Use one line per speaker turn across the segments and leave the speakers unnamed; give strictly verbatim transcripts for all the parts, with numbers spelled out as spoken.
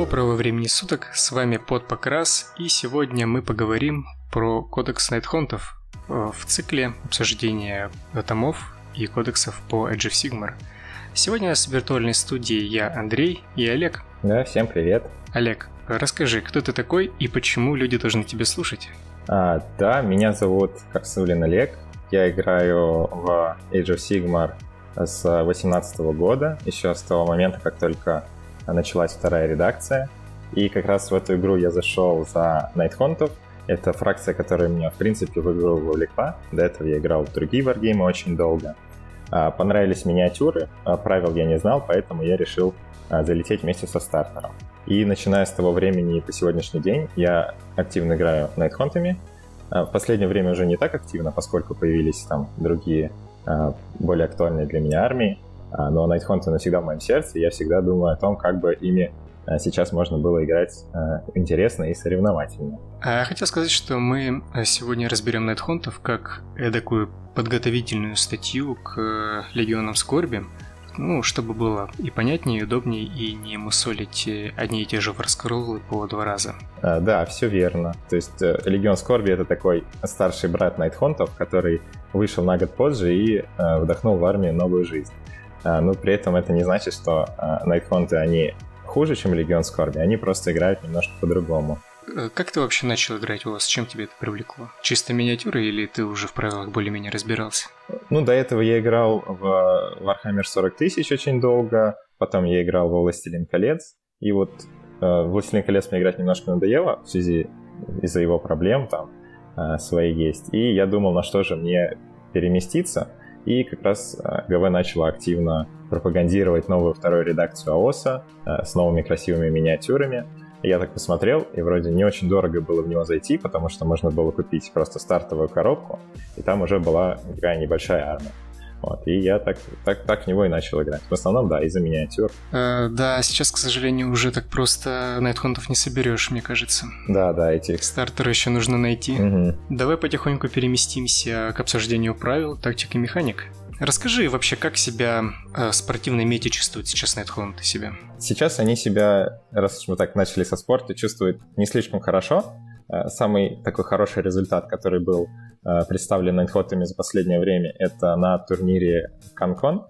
Доброго времени суток, с вами Под Покрас, и сегодня мы поговорим про кодекс Найтхонтов в цикле обсуждения томов и кодексов по Age of Sigmar. Сегодня у нас в виртуальной студии я, Андрей, и Олег.
Да, всем привет.
Олег, расскажи, кто ты такой и почему люди должны тебя слушать?
А, да, меня зовут Корсулин Олег, я играю в Age of Sigmar с две тысячи восемнадцатого года, еще с того момента, как только началась вторая редакция. И как раз в эту игру я зашел за Найтхонтов. Это фракция, которая меня, в принципе, в игру вовлекла. До этого я играл в другие варгеймы очень долго. Понравились миниатюры, правил я не знал, поэтому я решил залететь вместе со стартером. И начиная с того времени и по сегодняшний день я активно играю Найтхонтами. В последнее время уже не так активно, поскольку появились там другие, более актуальные для меня армии. Но Найтхонты навсегда в моем сердце, и я всегда думаю о том, как бы ими сейчас можно было играть интересно и соревновательно.
А я хотел сказать, что мы сегодня разберем Найтхонтов как эдакую подготовительную статью к Легионам Скорби, ну, чтобы было и понятнее, и удобнее, и не мусолить одни и те же варскроллы по два раза.
А, да, все верно. То есть Легион Скорби — это такой старший брат Найтхонтов, который вышел на год позже и вдохнул в армию новую жизнь. Но при этом это не значит, что Найтхонты, они хуже, чем Легион Скорби, они просто играют немножко по-другому.
Как ты вообще начал играть у вас? Чем тебя это привлекло? Чисто миниатюры или ты уже в правилах более-менее разбирался?
Ну, до этого я играл в Warhammer сорок тысяч очень долго, потом я играл во Властелин колец, и вот э, Властелин колец мне играть немножко надоело в связи из-за его проблем там э, свои есть, и я думал, на что же мне переместиться. И как раз ГВ начала активно пропагандировать новую вторую редакцию АОСа с новыми красивыми миниатюрами. Я так посмотрел, и вроде не очень дорого было в него зайти, потому что можно было купить просто стартовую коробку, и там уже была такая небольшая армия. Вот, и я так, так, так в него и начал играть. В основном, да, из-за миниатюр.
Э, да, сейчас, к сожалению, уже так просто Найтхонтов не соберешь, мне кажется.
Да, да, эти...
Стартеры еще нужно найти.
Угу.
Давай потихоньку переместимся к обсуждению правил, тактик и механик. Расскажи вообще, как себя э, в спортивной мете чувствуют сейчас Найтхонты себя?
Сейчас они себя, раз уж мы так начали со спорта, чувствуют не слишком хорошо. Самый такой хороший результат, который был представлен Найтхонтами за последнее время, это на турнире Канкон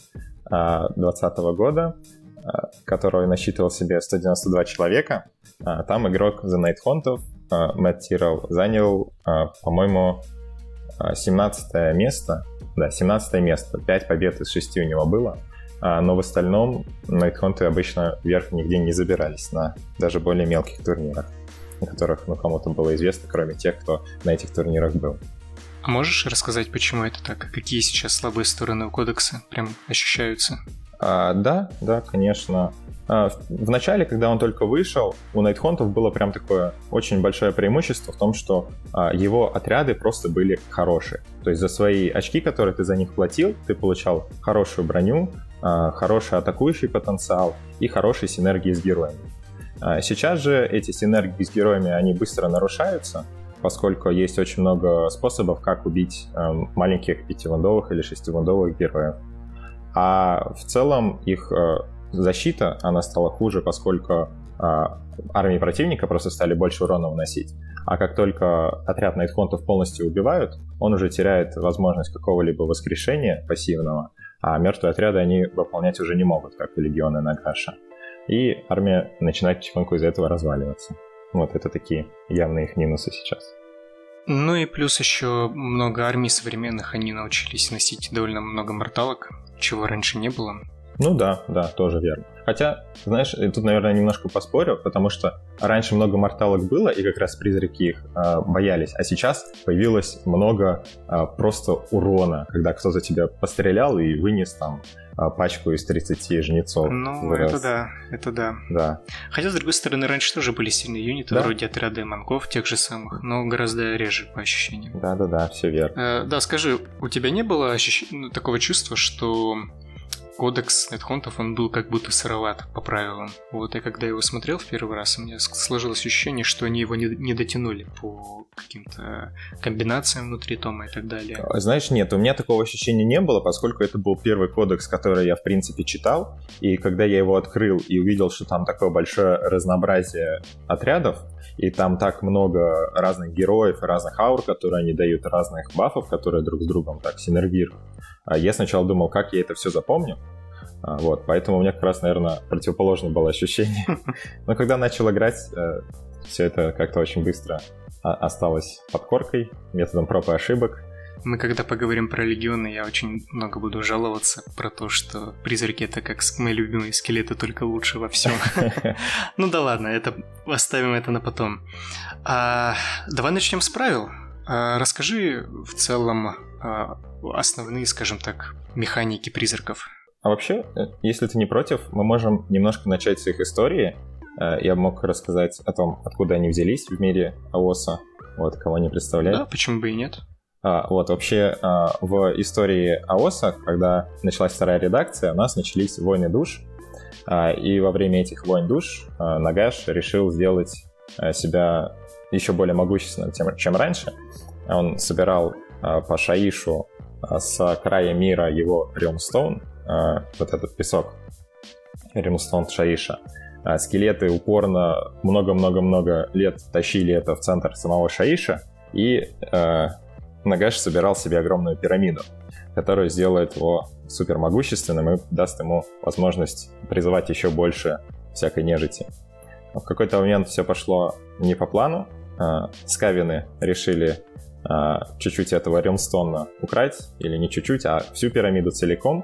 двадцатого года, который насчитывал себе сто девяносто два человека. Там игрок за Найтхонтов, Мэтт Тиррелл, занял, по-моему, семнадцатое место. Да, семнадцатое место. пять побед из шести у него было. Но в остальном Найтхонты обычно вверх нигде не забирались на даже более мелких турнирах, на которых, ну, кому-то было известно, кроме тех, кто на этих турнирах был.
А можешь рассказать, почему это так? Какие сейчас слабые стороны у кодекса прям ощущаются?
А, да, да, конечно. А, в, в начале, когда он только вышел, у Найтхонтов было прям такое очень большое преимущество в том, что а, его отряды просто были хорошие. То есть за свои очки, которые ты за них платил, ты получал хорошую броню, а, хороший атакующий потенциал и хорошие синергии с героями. А, сейчас же эти синергии с героями, они быстро нарушаются, поскольку есть очень много способов, как убить э, маленьких пятивундовых или шестивундовых героев. А в целом их э, защита, она стала хуже, поскольку э, армии противника просто стали больше урона выносить. А как только отряд Найтхонтов полностью убивают, он уже теряет возможность какого-либо воскрешения пассивного, а мертвые отряды они выполнять уже не могут, как и легионы Нагаша. И армия начинает потихоньку из-за этого разваливаться. Вот, это такие явные их минусы сейчас.
Ну и плюс еще много армий современных, они научились носить довольно много морталок, чего раньше не было.
Ну да, да, тоже верно. Хотя, знаешь, тут, наверное, немножко поспорю, потому что раньше много морталок было, и как раз призраки их э, боялись, а сейчас появилось много э, просто урона, когда кто-то тебя пострелял и вынес там э, пачку из тридцати жнецов.
Ну, это раз. да, это да.
Да.
Хотя, с другой стороны, раньше тоже были сильные юниты, да? Вроде отряда манков, тех же самых, но гораздо реже по ощущениям.
Да-да-да, все верно.
Э, да, скажи, у тебя не было ощущ... такого чувства, что кодекс Найтхонтов, он был как будто сыроват по правилам. Вот, и когда я его смотрел в первый раз, у меня сложилось ощущение, что они его не, не дотянули по каким-то комбинациям внутри тома и так далее.
Знаешь, нет, у меня такого ощущения не было, поскольку это был первый кодекс, который я, в принципе, читал, и когда я его открыл и увидел, что там такое большое разнообразие отрядов, и там так много разных героев и разных аур, которые они дают, разных бафов, которые друг с другом так синергируют. Я сначала думал, как я это все запомню. Вот, поэтому у меня как раз, наверное, противоположное было ощущение. Но когда начал играть, все это как-то очень быстро осталось под коркой, методом проб и ошибок.
Мы когда поговорим про легионы, я очень много буду жаловаться про то, что призраки — это как мои любимые скелеты, только лучше во всем. Ну да ладно, это оставим это на потом. А, давай начнем с правил. А, расскажи в целом а, основные, скажем так, механики призраков.
А вообще, если ты не против, мы можем немножко начать с их истории. Я мог рассказать о том, откуда они взялись в мире АОСа, вот, кого они представляют.
Да, почему бы и нет.
А, вот, вообще, а, в истории АОСа, когда началась вторая редакция, у нас начались войны душ, а, и во время этих войн душ а, Нагаш решил сделать а, себя еще более могущественным, тем, чем раньше. Он собирал а, по Шаишу а, с края мира его Римстоун, а, вот этот песок, Римстоун Шаиша. А, скелеты упорно много-много-много лет тащили это в центр самого Шаиша, и а, Нагаш собирал себе огромную пирамиду, которая сделает его супер могущественным и даст ему возможность призывать еще больше всякой нежити. Но в какой-то момент все пошло не по плану. Скавины решили чуть-чуть этого Римстона украть, или не чуть-чуть, а всю пирамиду целиком.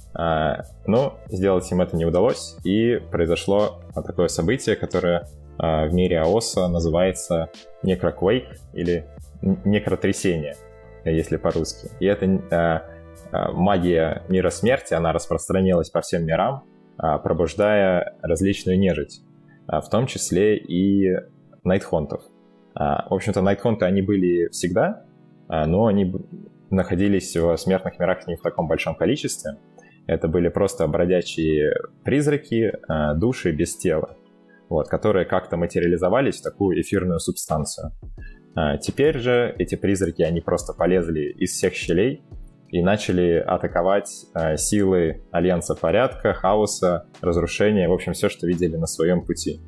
Но сделать им это не удалось, и произошло такое событие, которое в мире АОСа называется Некроквейк, или некротрясение, если по-русски. И это э, магия мира смерти, она распространилась по всем мирам, э, пробуждая различную нежить, э, в том числе и Найтхонтов. Э, в общем-то, Найтхонты, они были всегда, э, но они находились в смертных мирах не в таком большом количестве. Это были просто бродячие призраки, э, души без тела, вот, которые как-то материализовались в такую эфирную субстанцию. Теперь же эти призраки, они просто полезли из всех щелей и начали атаковать силы Альянса Порядка, Хаоса, Разрушения, в общем, все, что видели на своем пути.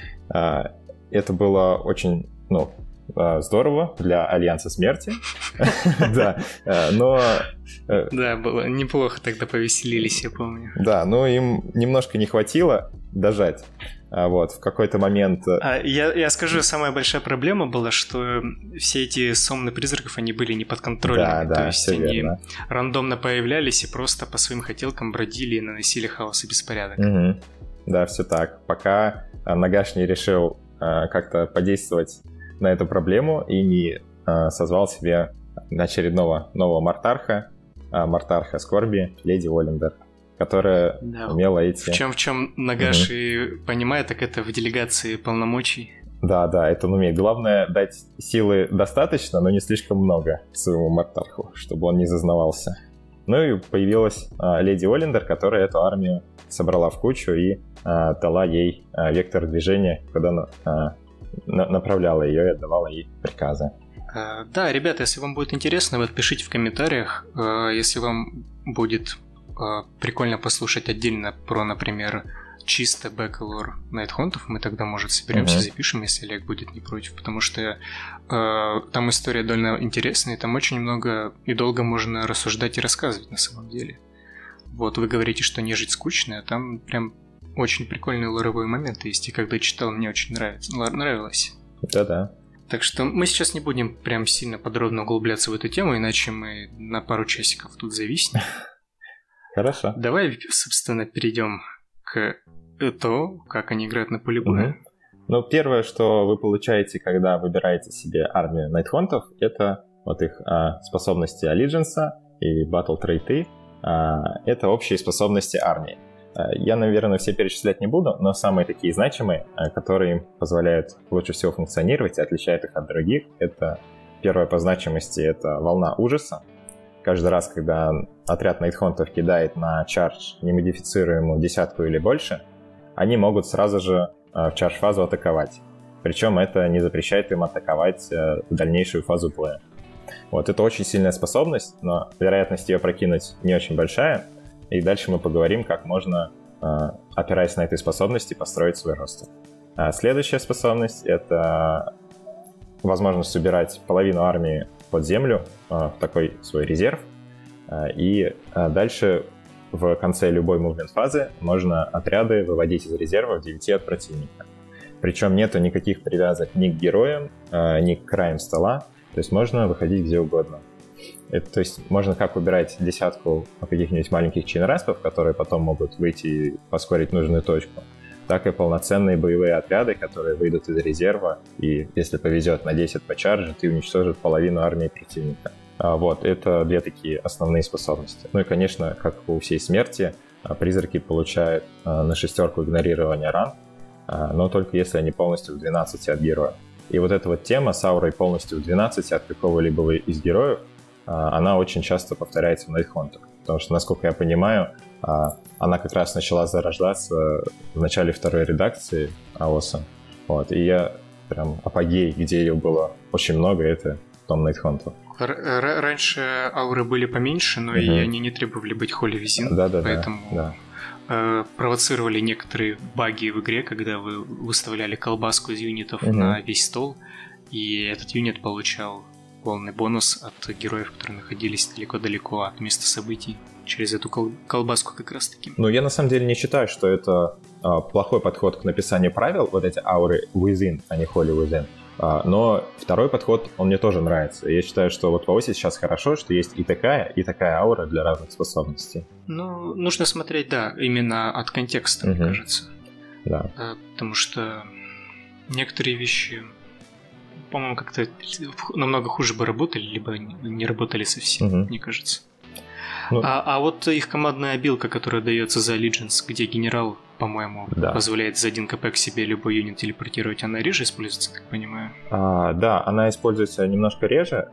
Это было очень, ну, здорово для Альянса Смерти, да, но...
Да, было неплохо, тогда повеселились, я помню.
Да, но им немножко не хватило дожать. Вот, в какой-то момент...
А, я, я скажу, самая большая проблема была, что все эти сомны призраков, они были неподконтрольными.
Да, да,
то есть они
верно.
рандомно появлялись и просто по своим хотелкам бродили и наносили хаос и беспорядок.
Угу. Да, все так. Пока Нагаш не решил а, как-то подействовать на эту проблему и не а, созвал себе очередного нового Мартарха, а, Мартарха Скорби, Леди Оллендер, которая да, умела эти...
В чем, в чем Нагаш угу. и понимает, так это в делегации полномочий.
Да, да, это он умеет. Главное дать силы достаточно, но не слишком много своему Мартарху, чтобы он не зазнавался. Ну и появилась а, Леди Оллендер, которая эту армию собрала в кучу и а, дала ей а, вектор движения, куда она а, на- направляла ее и отдавала ей приказы.
А, да, ребята, если вам будет интересно, вы пишите в комментариях. А, если вам будет... прикольно послушать отдельно про, например, чисто бэклор Найтхонтов, мы тогда, может, соберемся, uh-huh. запишем, если Олег будет не против, потому что э, там история довольно интересная, и там очень много и долго можно рассуждать и рассказывать на самом деле. Вот, вы говорите, что нежить скучная, там прям очень прикольные лоровые моменты есть, и когда читал, мне очень нравится, нравилось.
Да-да.
Так что мы сейчас не будем прям сильно подробно углубляться в эту тему, иначе мы на пару часиков тут зависнем.
Хорошо.
Давай, собственно, перейдем к тому, как они играют на поле боя.
Угу. Ну, первое, что вы получаете, когда выбираете себе армию Найтхонтов, это вот их а, способности Аллидженса и Battle трейты. А, это общие способности армии. А, я, наверное, все перечислять не буду, но самые такие значимые, а, которые им позволяют лучше всего функционировать и отличают их от других, это первое по значимости — это волна ужаса. каждый раз, когда отряд найтхонтов кидает на чардж немодифицируемую десятку или больше, они могут сразу же в чардж-фазу атаковать. Причем это не запрещает им атаковать в дальнейшую фазу плея. Вот, это очень сильная способность, но вероятность ее прокинуть не очень большая. И дальше мы поговорим, как можно, опираясь на этой способности, построить свой ростер. А следующая способность — это возможность убирать половину армии под землю в такой свой резерв. И дальше в конце любой мувмент-фазы можно отряды выводить из резерва в девяти от противника. Причем нету никаких привязок ни к героям, ни к краям стола. То есть можно выходить где угодно. Это, то есть можно как убирать десятку каких-нибудь маленьких чейнраспов, которые потом могут выйти и поскорить нужную точку, так и полноценные боевые отряды, которые выйдут из резерва, и если повезет на десять по чарджу, ты уничтожишь половину армии противника. А вот, это две такие основные способности. Ну и, конечно, как у всей смерти, призраки получают на шестерку игнорирования ран, но только если они полностью в двенадцати от героя. И вот эта вот тема с аурой полностью в двенадцати от какого-либо из героев, она очень часто повторяется в найтхонтах. Потому что, насколько я понимаю, она как раз начала зарождаться в начале второй редакции АОСа. Вот. И я прям апогей, где ее было очень много, это том найтхонтов.
Р- раньше ауры были поменьше, но uh-huh. и они не требовали быть Holy Within,
да, да,
поэтому
да,
э, провоцировали некоторые баги в игре, когда вы выставляли колбаску из юнитов uh-huh. на весь стол, и этот юнит получал полный бонус от героев, которые находились далеко-далеко от места событий, через эту кол- колбаску как раз-таки.
Ну, я на самом деле не считаю, что это а, плохой подход к написанию правил, вот эти ауры within, а не Holy Within. Но второй подход, он мне тоже нравится. Я считаю, что вот в АОСе сейчас хорошо, что есть и такая, и такая аура для разных способностей.
Ну, нужно смотреть, да, именно от контекста,
угу.
мне кажется.
Да.
Потому что некоторые вещи, по-моему, как-то намного хуже бы работали, либо не работали совсем, угу. мне кажется. Ну... А, а вот их командная обилка, которая дается за Allegiance, где генерал, по-моему, да. позволяет за один КП к себе любой юнит телепортировать, она реже используется, так понимаю?
А, да, она используется немножко реже,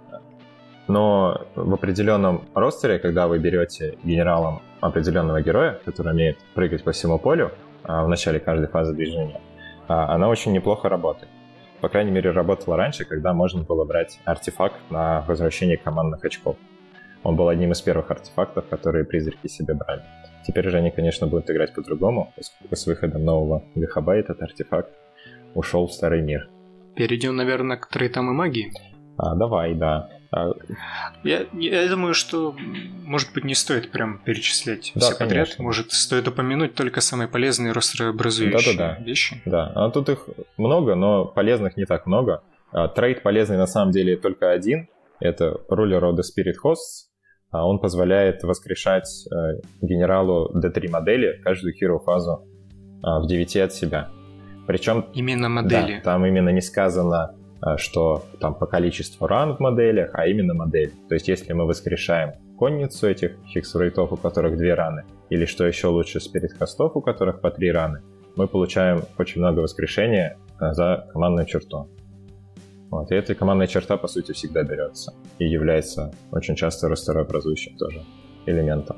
но в определенном ростере, когда вы берете генералом определенного героя, который умеет прыгать по всему полю а, в начале каждой фазы движения, а, она очень неплохо работает. По крайней мере, работала раньше, когда можно было брать артефакт на возвращение командных очков. Он был одним из первых артефактов, которые призраки себе брали. Теперь же они, конечно, будут играть по-другому, поскольку с выходом нового Гахаба этот артефакт ушел в старый мир.
Перейдем, наверное, к трейтам и магии.
А, давай, да. А...
Я, я думаю, что, может быть, не стоит прям перечислять
да,
все
конечно.
подряд. Может, стоит упомянуть только самые полезные ростерообразующие
да, да, да.
вещи.
Да, а тут их много, но полезных не так много. А, трейд полезный на самом деле только один. Это Ruler of the Spirit Hosts. Он позволяет воскрешать э, генералу ди три модели каждую хиро-фазу э, в девяти от себя. Причем...
Именно модели.
Да, там именно не сказано, э, что там по количеству ран в моделях, а именно модели. То есть если мы воскрешаем конницу этих хикс-рейтов, у которых две раны, или что еще лучше, спирит-хостов, у которых по три раны, мы получаем очень много воскрешения э, за командную черту. Вот, и эта командная черта, по сути, всегда берется и является очень часто ростерообразующим тоже элементом.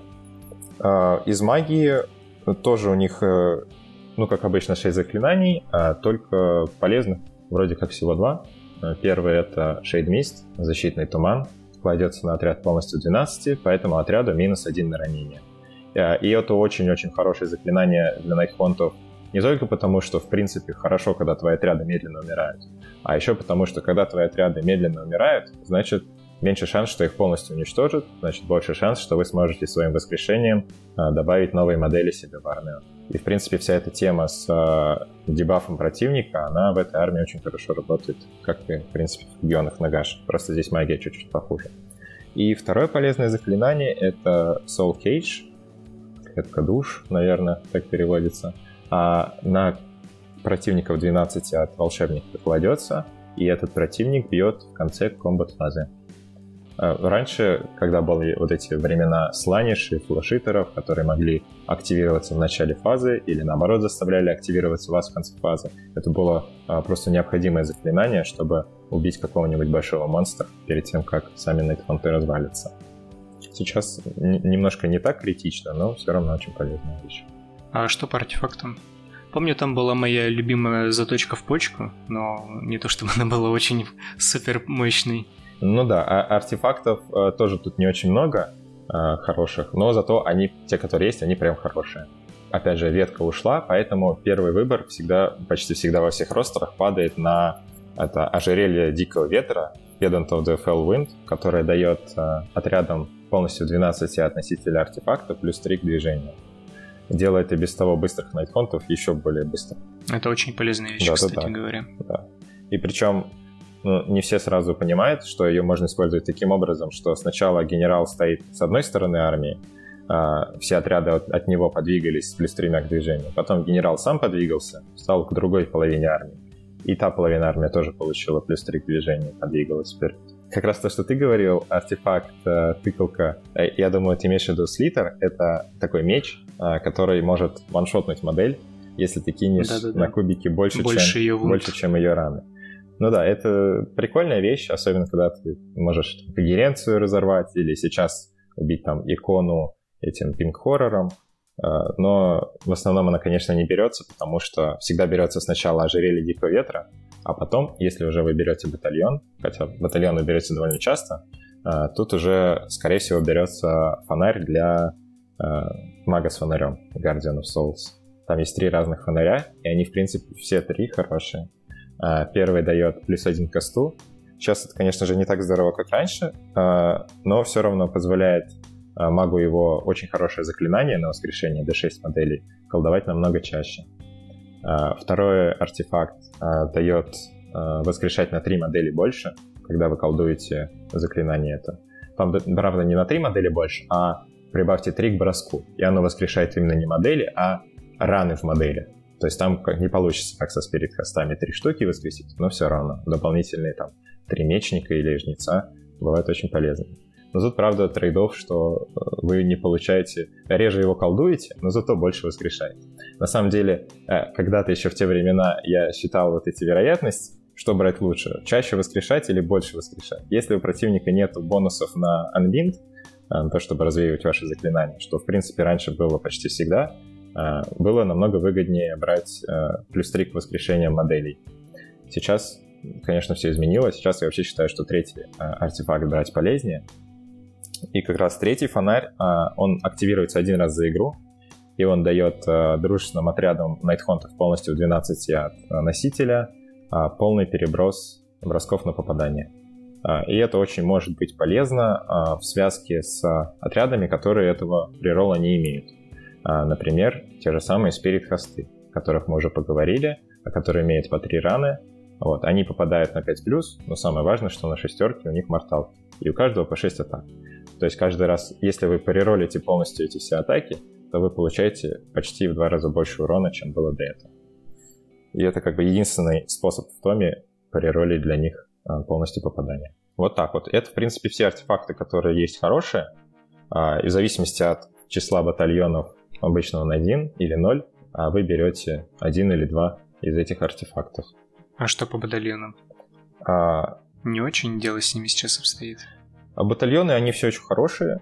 Из магии тоже у них, ну, как обычно, шесть заклинаний, а только полезных вроде как всего два. Первый — это Shade Mist, защитный туман, кладется на отряд полностью двенадцати, поэтому отряду минус один на ранение. И это очень-очень хорошее заклинание для найтхонтов, не только потому, что, в принципе, хорошо, когда твои отряды медленно умирают, а еще потому, что когда твои отряды медленно умирают, значит, меньше шанс, что их полностью уничтожат, значит, больше шанс, что вы сможете своим воскрешением а, добавить новые модели себе в армию. И, в принципе, вся эта тема с а, дебафом противника, она в этой армии очень хорошо работает, как и, в принципе, в регионах Нагаш. Просто здесь магия чуть-чуть похуже. И второе полезное заклинание — это Soul Cage, клетка душ, наверное, так переводится. А на противника в двенадцати от волшебника кладется, и этот противник бьет в конце комбат-фазы. Раньше, когда были вот эти времена сланиш и флешитеров, которые могли активироваться в начале фазы или наоборот заставляли активироваться вас в конце фазы, это было просто необходимое заклинание, чтобы убить какого-нибудь большого монстра перед тем, как сами найтхонты развалятся. сейчас н- немножко не так критично, но все равно очень полезная вещь.
А что по артефактам? Помню, там была моя любимая заточка в почку, но не то чтобы она была очень супер мощной.
Ну да, а артефактов а, тоже тут не очень много а, хороших, но зато они, те, которые есть, они прям хорошие. Опять же, ветка ушла, поэтому первый выбор всегда, почти всегда во всех ростерах падает на это ожерелье Дикого Ветра, Pedant of the Fell Wind, которое дает а, отрядам полностью двенадцать от носителя артефакта плюс три к движению. Делает и без того быстрых найтхонтов еще более быстро.
Это очень полезная вещь, да, кстати да, говоря.
Да. И причем ну, не все сразу понимают, что ее можно использовать таким образом, что сначала генерал стоит с одной стороны армии, а, все отряды от, от него подвигались с плюс тремя к движению. Потом генерал сам подвигался, стал к другой половине армии. И та половина армии тоже получила плюс три к движению, подвигалась вперед. Как раз то, что ты говорил, артефакт, э, тыкалка, э, я думаю, ты имеешь в виду слитер, это такой меч, э, который может ваншотнуть модель, если ты кинешь Да-да-да. на кубики больше, больше, чем, ее больше, чем ее раны. Ну да, это прикольная вещь, особенно когда ты можешь там, когеренцию разорвать или сейчас убить там икону этим пинг-хоррором, э, но в основном она, конечно, не берется, потому что всегда берется сначала ожерелье Дикого Ветра, а потом, если уже вы берете батальон, хотя батальон вы берете довольно часто, тут уже, скорее всего, берется фонарь для мага с фонарем, Guardian of Souls. Там есть три разных фонаря, и они, в принципе, все три хорошие. Первый дает плюс один к касту. Сейчас это, конечно же, не так здорово, как раньше, но все равно позволяет магу его очень хорошее заклинание на воскрешение ди шесть моделей колдовать намного чаще. Второй артефакт а, дает а, воскрешать на три модели больше, когда вы колдуете заклинание это. Там, правда, не на три модели больше, а прибавьте три к броску. И оно воскрешает именно не модели, а раны в модели. То есть там не получится, как со спирит-хостами, три штуки воскресить, но все равно дополнительные там три мечника или жнеца бывают очень полезными. Но тут, правда, трейд-офф, что вы не получаете... Реже его колдуете, но зато больше воскрешаете. На самом деле, когда-то еще в те времена я считал вот эти вероятности, что брать лучше, чаще воскрешать или больше воскрешать. Если у противника нет бонусов на Unbind, на то, чтобы развеивать ваши заклинания, что, в принципе, раньше было почти всегда, было намного выгоднее брать плюс три к воскрешениям моделей. Сейчас, конечно, все изменилось. Сейчас я вообще считаю, что третий артефакт брать полезнее. И как раз третий фонарь, он активируется один раз за игру, и он дает дружественным отрядам найтхонтов полностью в двенадцать от носителя полный переброс бросков на попадание. И это очень может быть полезно в связке с отрядами, которые этого реролла не имеют. Например, те же самые спирит-хосты, о которых мы уже поговорили, которые имеют по три раны. Вот, они попадают на пять плюс, но самое важное, что на шестерке у них морталки. И у каждого по шесть атак. То есть каждый раз, если вы переролите полностью эти все атаки, то вы получаете почти в два раза больше урона, чем было до этого. И это как бы единственный способ в томе переролить для них полностью попадание. Вот так вот. Это, в принципе, все артефакты, которые есть хорошие. И в зависимости от числа батальонов обычно он один или ноль, а вы берете один или два из этих артефактов.
А что по батальонам?
А...
Не очень дело с ними сейчас обстоит.
А батальоны, они все очень хорошие.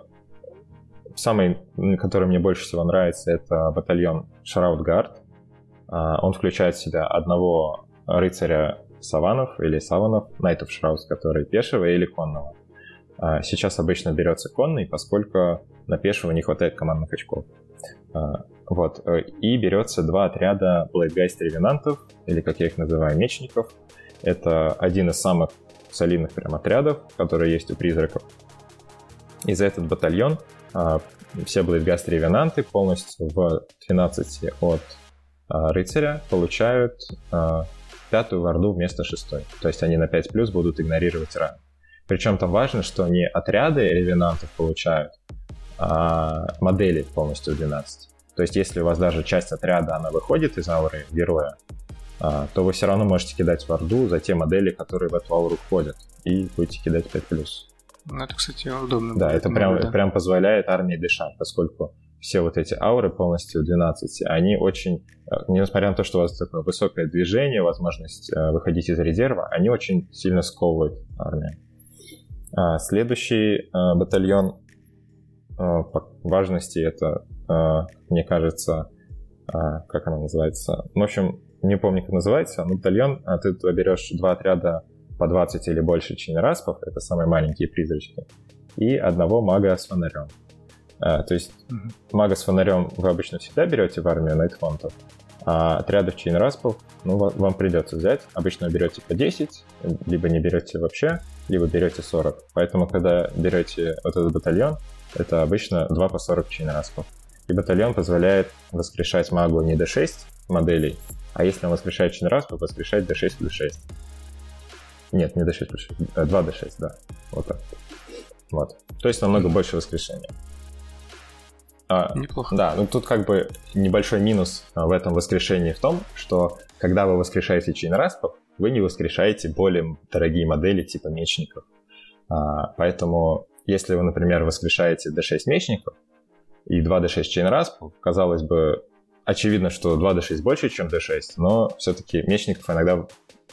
Самый, который мне больше всего нравится, это батальон Shroud Guard. Он включает в себя одного рыцаря саванов или саванов, Knight of Shrouds, который пешего или конного. Сейчас обычно берется конный, поскольку на пешего не хватает командных очков. Вот. И берется два отряда Bladegeist ревенантов, или как я их называю, мечников. Это один из самых солидных прям отрядов, которые есть у призраков. И за этот батальон а, все Bladegeist ревенанты полностью в двенадцати от а, рыцаря получают а, пятую варду вместо шестой. То есть они на пять плюс будут игнорировать раны. Причем там важно, что не отряды ревенантов получают, а модели полностью в двенадцать. То есть если у вас даже часть отряда она выходит из ауры героя, то вы все равно можете кидать варду за те модели, которые в эту ауру входят, и будете кидать пять плюс.
Ну, это, кстати, удобно.
Да, это прям, да. прям позволяет армии дышать, поскольку все вот эти ауры полностью в двенадцати, они очень, несмотря на то, что у вас такое высокое движение, возможность выходить из резерва, они очень сильно сковывают армию. Следующий батальон по важности это, мне кажется, как она называется? В общем, не помню, как называется, но батальон, ты туда берешь два отряда по двадцать или больше чейнраспов, это самые маленькие призрачки, и одного мага с фонарем. То есть mm-hmm. мага с фонарем вы обычно всегда берете в армию найтхонтов, а отрядов чейнраспов, ну, вам придется взять. Обычно берете по десять, либо не берете вообще, либо берете сорок. Поэтому, когда берете вот этот батальон, это обычно два по сорок чейнраспов. И батальон позволяет воскрешать магу не ди шесть моделей, а если он воскрешает чейнраспов, воскрешать ди шесть плюс шесть. Нет, не ди шесть плюс шесть, два ди шесть, да. Вот так. Вот. То есть намного больше воскрешения. А,
Неплохо.
Да, ну тут как бы небольшой минус в этом воскрешении в том, что когда вы воскрешаете чейнраспов, вы не воскрешаете более дорогие модели типа мечников. А, поэтому если вы, например, воскрешаете ди шесть мечников и два ди шесть чейнраспов, казалось бы, очевидно, что два ди шесть больше, чем ди шесть, но все-таки мечников иногда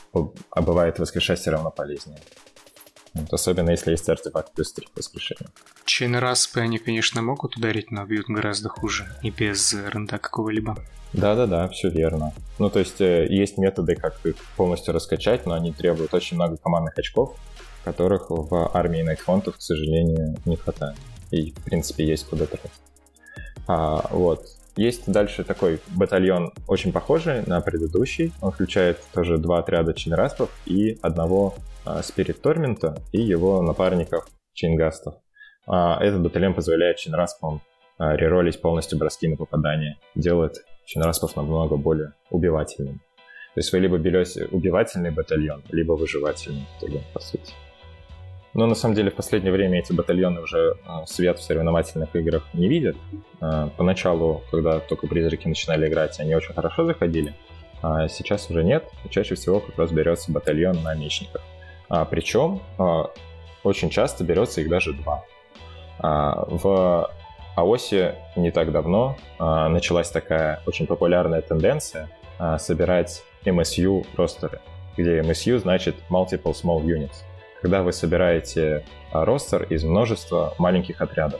бывает воскрешать все равно полезнее. Вот, особенно если есть артефакт плюс три воскрешения.
Чейнраспы, они, конечно, могут ударить, но бьют гораздо хуже. И без ренда какого-либо.
Да-да-да, все верно. Ну, то есть есть методы, как их полностью раскачать, но они требуют очень много командных очков, которых в армии найтхонтов, к сожалению, не хватает. И, в принципе, есть куда тратить. А, вот. Есть дальше такой батальон, очень похожий на предыдущий. Он включает тоже два отряда чейнраспов и одного а, Спирит Тормента и его напарников чейнгастов. А, этот батальон позволяет чейнраспам а, реролить полностью броски на попадание. Делает чейнраспов намного более убивательными. То есть вы либо берете убивательный батальон, либо выживательный батальон, по сути. Но на самом деле в последнее время эти батальоны уже э, свет в соревновательных играх не видят. Э, поначалу, когда только призраки начинали играть, они очень хорошо заходили, а сейчас уже нет. Чаще всего как раз берется батальон на мечниках. А, причем э, очень часто берется их даже два. А, в АОСе не так давно э, началась такая очень популярная тенденция э, собирать эм эс ю ростеры, где эм эс ю значит Multiple Small Units. Когда вы собираете ростер из множества маленьких отрядов.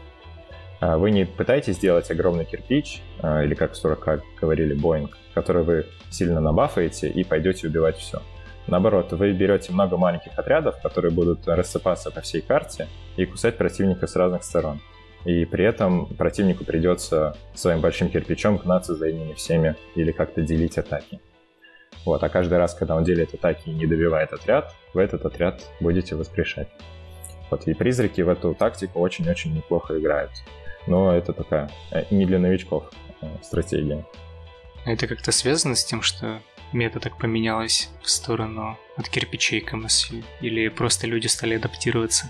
Вы не пытаетесь сделать огромный кирпич, или как в сорок ка говорили, Боинг, который вы сильно набафаете и пойдете убивать все. Наоборот, вы берете много маленьких отрядов, которые будут рассыпаться по всей карте и кусать противника с разных сторон. И при этом противнику придется своим большим кирпичом гнаться за ними всеми или как-то делить атаки. Вот, а каждый раз, когда он делит атаки и не добивает отряд, вы этот отряд будете воскрешать. Вот, и призраки в эту тактику очень-очень неплохо играют. Но это такая не для новичков стратегия.
А это как-то связано с тем, что мета так поменялась в сторону от кирпичей к эм эс ю? Или просто люди стали адаптироваться?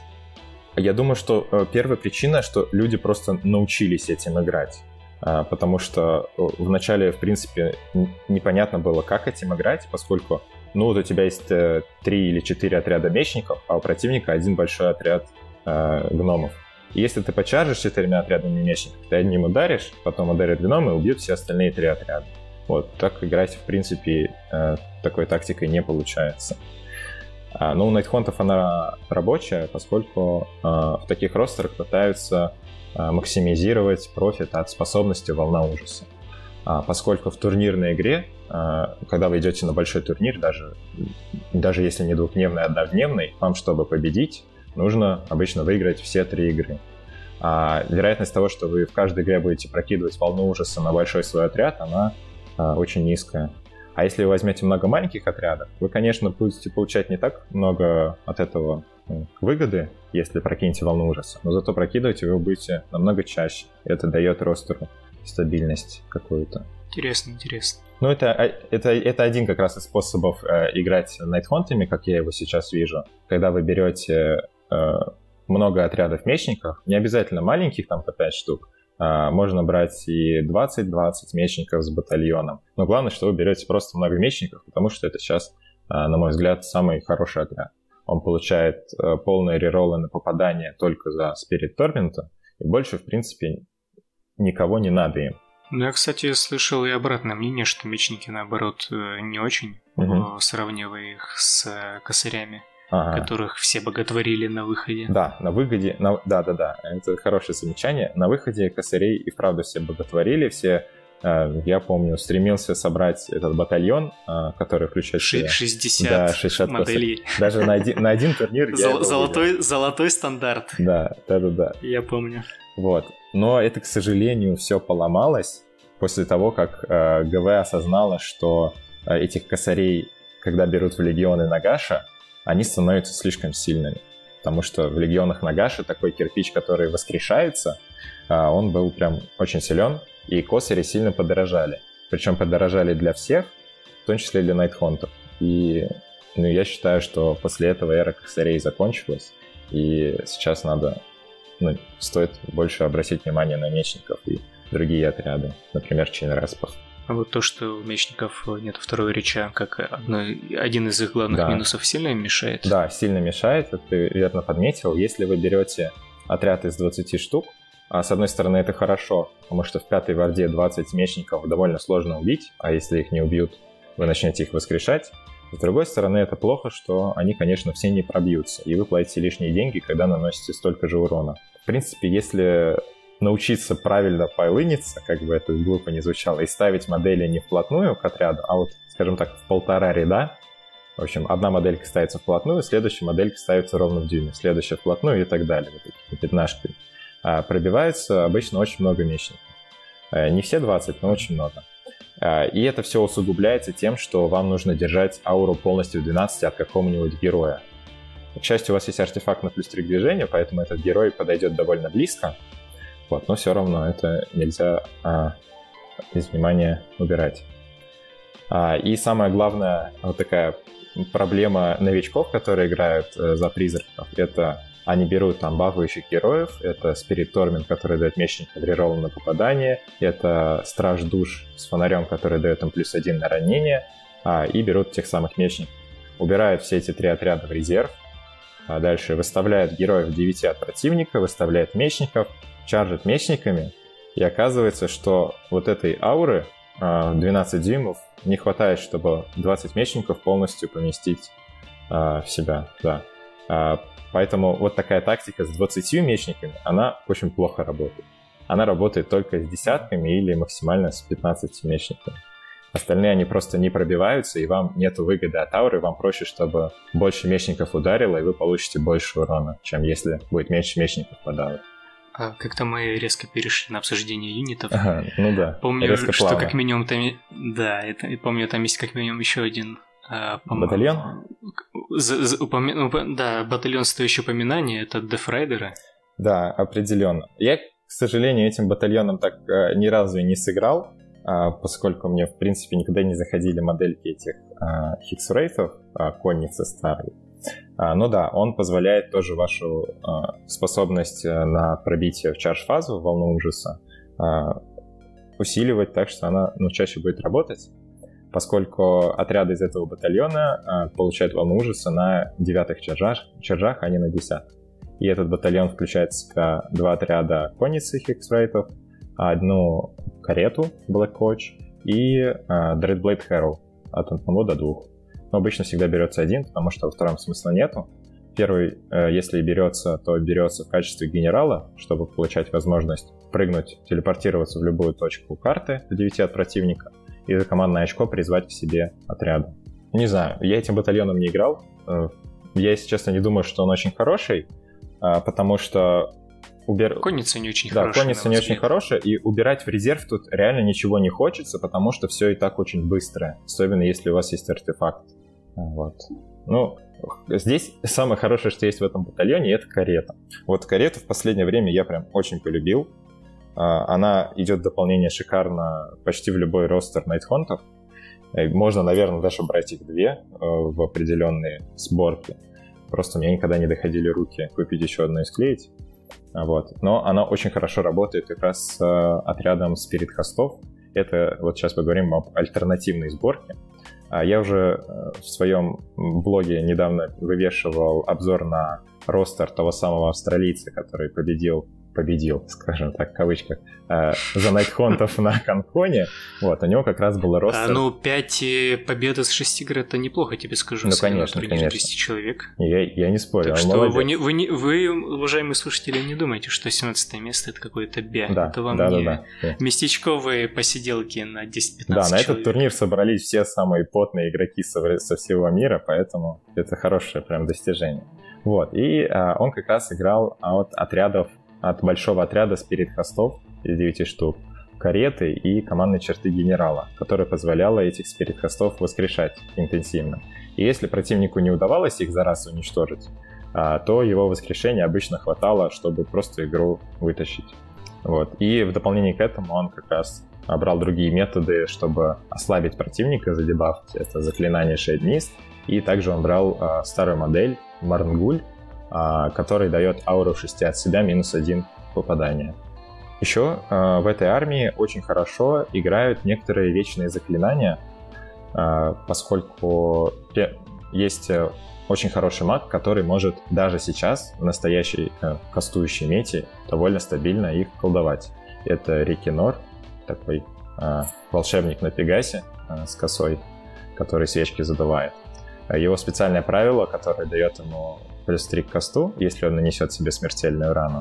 Я думаю, что первая причина, что люди просто научились этим играть. Потому что вначале, в принципе, непонятно было, как этим играть, поскольку, ну, вот у тебя есть три или четыре отряда мечников, а у противника один большой отряд э, гномов. И если ты почаржишь четырьмя отрядами мечников, ты одним ударишь, потом ударят гномы и убьют все остальные три отряда. Вот, так играть, в принципе, э, такой тактикой не получается. А, но у найтхонтов она рабочая, поскольку э, в таких ростерах пытаются максимизировать профит от способности волна ужаса. А поскольку в турнирной игре, когда вы идете на большой турнир, даже, даже если не двухдневный, а однодневный, вам, чтобы победить, нужно обычно выиграть все три игры. А вероятность того, что вы в каждой игре будете прокидывать волну ужаса на большой свой отряд, она очень низкая. А если вы возьмете много маленьких отрядов, вы, конечно, будете получать не так много от этого выгоды, если прокинете волну ужаса, но зато прокидывать вы будете намного чаще. Это дает ростеру стабильность какую-то.
Интересно, интересно.
Ну, это, это, это один как раз из способов э, играть найтхонтами, как я его сейчас вижу. Когда вы берете э, много отрядов мечников, не обязательно маленьких, там по пять штук, э, можно брать и двадцать-двадцать мечников с батальоном. Но главное, что вы берете просто много мечников, потому что это сейчас, э, на мой взгляд, самый хороший отряд. Он получает э, полные рероллы на попадание только за Спирит Тормента, и больше, в принципе, никого не надо им.
Ну, я, кстати, слышал и обратное мнение, что мечники, наоборот, не очень, угу. сравнивая их с косарями. ага. которых все боготворили на выходе.
Да, на выходе, на... да-да-да, это хорошее замечание. На выходе косарей и вправду все боготворили, все, э, я помню, стремился собрать этот батальон, э, который включает...
шестьдесят, да, шестьдесят моделей.
Косарей. Даже на один, на один турнир я
золотой, золотой стандарт.
Да, да-да-да.
Я помню.
Вот, но это, к сожалению, все поломалось после того, как э, ГВ осознала, что э, этих косарей, когда берут в легионы Нагаша, они становятся слишком сильными. Потому что в легионах Нагаша такой кирпич, который воскрешается, э, он был прям очень силен, и косари сильно подорожали. Причем подорожали для всех, в том числе для найтхонтов. И ну, я считаю, что после этого эра косарей закончилась, и сейчас надо, ну, стоит больше обратить внимание на мечников и другие отряды, например, чейнреспов.
А вот то, что у мечников нет второго реча, как одно, один из их главных да. минусов, сильно им мешает?
Да, сильно мешает, это ты верно подметил. Если вы берете отряд из двадцати штук, а с одной стороны это хорошо, потому что в пятой варде двадцать мечников довольно сложно убить, а если их не убьют, вы начнете их воскрешать. С другой стороны, это плохо, что они, конечно, все не пробьются, и вы платите лишние деньги, когда наносите столько же урона. В принципе, если научиться правильно пайлыниться, как бы это глупо не звучало, и ставить модели не вплотную к отряду, а вот, скажем так, в полтора ряда. В общем, одна моделька ставится вплотную, следующая моделька ставится ровно в дюйме, следующая вплотную и так далее, вот такими пятнашками. А пробивается обычно очень много мечников. Не все двадцать, но очень много. И это все усугубляется тем, что вам нужно держать ауру полностью в двенадцати от какого-нибудь героя. К счастью, у вас есть артефакт на плюс три к движению, поэтому этот герой подойдет довольно близко. Вот, но все равно это нельзя а, из внимания убирать. А, и самая главная вот такая проблема новичков, которые играют а, за призраков, это они берут там бафующих героев, это Спирит Тормин, который дает мечникам реролл на попадание, это Страж Душ с фонарем, который дает им плюс один на ранение, а, и берут тех самых мечников. Убирают все эти три отряда в резерв, а дальше выставляют героев в девяти от противника, выставляют мечников, чаржит мечниками, и оказывается, что вот этой ауры двенадцать дюймов не хватает, чтобы двадцать мечников полностью поместить а, в себя. Да. А, поэтому вот такая тактика с двадцатью мечниками, она очень плохо работает. Она работает только с десятками или максимально с пятнадцатью мечниками. Остальные они просто не пробиваются, и вам нет выгоды от ауры, вам проще, чтобы больше мечников ударило, и вы получите больше урона, чем если будет меньше мечников под аурой.
А как-то мы резко перешли на обсуждение юнитов.
Ага, ну да.
Помню, резко что плавно. Как минимум там... Да, это, помню, там есть как минимум еще один... А,
батальон?
За, за, упоми... Да, батальон стоящее упоминание, это Дефрайдеры.
Да, определенно. Я, к сожалению, этим батальоном так а, ни разу и не сыграл, а, поскольку мне, в принципе, никогда не заходили модельки этих а, хиксрейтов, а, конницы старой. А, ну да, он позволяет тоже вашу а, способность на пробитие в чардж-фазу, в волну ужаса, а, усиливать так, что она ну, чаще будет работать, поскольку отряды из этого батальона а, получают волну ужаса на девятых чарджах, чарджах, а не на десятых. И этот батальон включает в себя два отряда конницы хиксрейтов, одну карету Black Coach и а, Dreadblade Harrow от одного до двух. Но обычно всегда берется один, потому что во втором смысла нету. Первый, э, если берется, то берется в качестве генерала, чтобы получать возможность прыгнуть, телепортироваться в любую точку карты в девяти от противника и за командное очко призвать к себе отряды. Не знаю, я этим батальоном не играл. Э, я, если честно, не думаю, что он очень хороший, э, потому что... Убер...
Конница не очень
да,
хорошая. Да,
конница не очень хорошая, и убирать в резерв тут реально ничего не хочется, потому что все и так очень быстро, особенно если у вас есть артефакт. Вот. Ну, здесь самое хорошее, что есть в этом батальоне, это карета. Вот карету в последнее время я прям очень полюбил. Она идет в дополнение шикарно почти в любой ростер найтхонтов. Можно, наверное, даже брать их две в определенные сборки. Просто у меня никогда не доходили руки купить еще одну и склеить. Вот. Но она очень хорошо работает как раз с отрядом спирит-хостов. Это вот сейчас мы говорим об альтернативной сборке. Я уже в своем блоге недавно вывешивал обзор на ростер того самого австралийца, который победил победил, скажем так, в кавычках, э, за Найтхонтов на Конконе, вот, у него как раз был ростер...
А, ну, пять побед из шести игр — это неплохо, тебе скажу.
Ну, конечно, конечно.
двести человек.
Я, я не спорю,
так
он
что вы,
молодец.
не, вы, не, вы, уважаемые слушатели, не думайте, что семнадцатое место — это какое-то бе.
Да,
это вам
да,
не
да, да.
местечковые посиделки на десять-пятнадцать
Да, на
человек.
этот турнир собрались все самые потные игроки со, со всего мира, поэтому это хорошее прям достижение. Вот, и а, он как раз играл от отрядов, от большого отряда спирит-хостов из девяти штук, кареты и командной черты генерала, которая позволяла этих спирит-хостов воскрешать интенсивно. И если противнику не удавалось их за раз уничтожить, а, то его воскрешения обычно хватало, чтобы просто игру вытащить. Вот. И в дополнение к этому он как раз брал другие методы, чтобы ослабить противника, задебафить. Это заклинание Shade Mist, и также он брал а, старую модель Марнгуль, а, который дает ауру шести от себя минус один попадания. Еще а, в этой армии очень хорошо играют некоторые вечные заклинания, а, поскольку есть очень хороший маг, который может даже сейчас в настоящей а, кастующей мете довольно стабильно их колдовать. Это Рикинор, такой а, волшебник на Пегасе а, с косой, который свечки задувает. Его специальное правило, которое дает ему плюс три к касту, если он нанесет себе смертельную рану,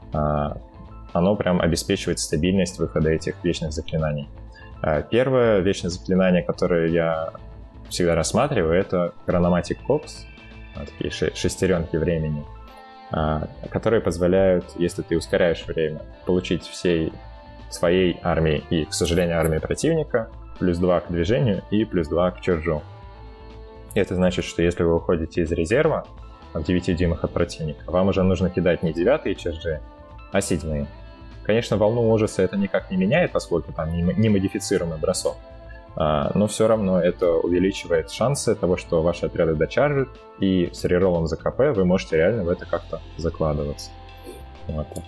оно прям обеспечивает стабильность выхода этих вечных заклинаний. Первое вечное заклинание, которое я всегда рассматриваю, это Chronomatic Cops, такие шестеренки времени, которые позволяют, если ты ускоряешь время, получить всей своей армии и, к сожалению, армии противника плюс два к движению и плюс два к чарджу. Это значит, что если вы уходите из резерва в девяти дюймах от противника, вам уже нужно кидать не девятые чарджи, а седьмые. Конечно, волну ужаса это никак не меняет, поскольку там не модифицируемый бросок, но все равно это увеличивает шансы того, что ваши отряды дочаржат, и с реролом за КП вы можете реально в это как-то закладываться. Вот так.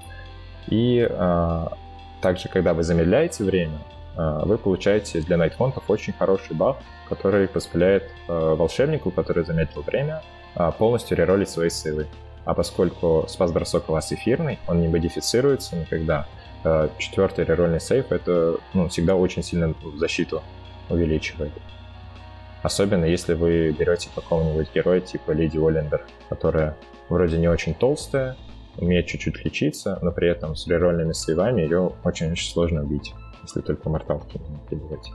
И а, также, когда вы замедляете время, а, вы получаете для найтхонтов очень хороший баф, который позволяет а, волшебнику, который замедлил время, а, полностью реролить свои сейвы. А поскольку спас-бросок у вас эфирный, он не модифицируется никогда, а, четвертый рерольный сейв это ну, всегда очень сильно защиту увеличивает. Особенно если вы берете какого-нибудь героя типа Леди Оллендер, которая вроде не очень толстая, умеет чуть-чуть лечиться, но при этом с рерольными сейвами ее очень-очень сложно убить, если только морталки не накидывать.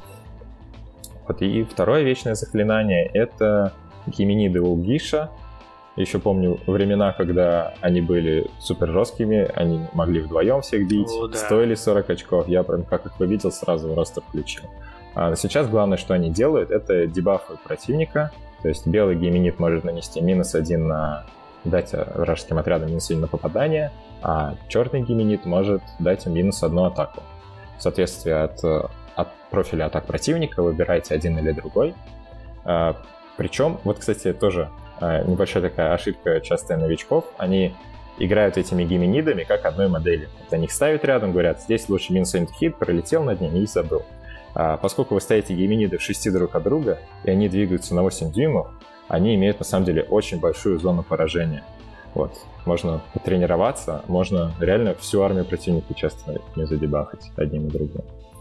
Вот и второе вечное заклинание — это геминиды Улгиша. Еще помню времена, когда они были супер жесткими, они могли вдвоем всех бить, О, да. стоили сорок очков, я прям как их увидел, сразу ростер включил. А сейчас главное, что они делают, это дебафы противника, то есть белый геминид может нанести минус один на дать вражеским отрядам минус один на попадание, а черный геминид может дать им минус одну атаку. В соответствии от, от профиля атак противника выбирайте один или другой. А, причем, вот, кстати, тоже а, небольшая такая ошибка частая новичков, они играют этими геминидами как одной модели. Вот они их ставят рядом, говорят, здесь лучше минус один хит, пролетел над ними и забыл. А, поскольку вы ставите геминиды в шести друг от друга, и они двигаются на восемь дюймов, они имеют на самом деле очень большую зону поражения. Вот. Можно потренироваться, можно реально всю армию противника часто не задебафать одним и другим.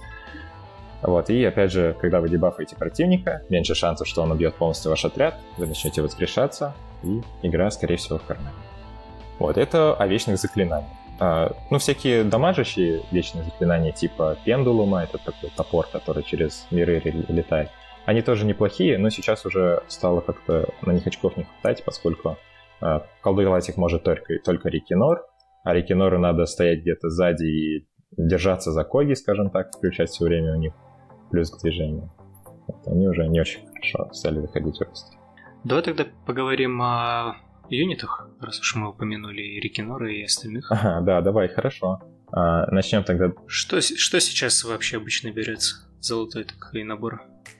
Вот. И опять же, когда вы дебафаете противника, меньше шансов, что он убьет полностью ваш отряд, вы начнете воскрешаться, и игра, скорее всего, в кармане. Вот. Это о вечных заклинаниях. А, ну, всякие дамажащие вечные заклинания типа пендулума, это такой топор, который через миры летает. Они тоже неплохие, но сейчас уже стало как-то на них очков не хватать, поскольку э, колдовать их может только, только Рикинор, а Рикинору надо стоять где-то сзади и держаться за коги, скажем так, включать все время у них плюс к движению. Вот, они уже не очень хорошо стали выходить в рост.
Давай тогда поговорим о юнитах, раз уж мы упомянули и Рикинора, и остальных.
Ага, да, давай, хорошо. А, начнем тогда.
Что, что сейчас вообще обычно берется? Золотой такой набор.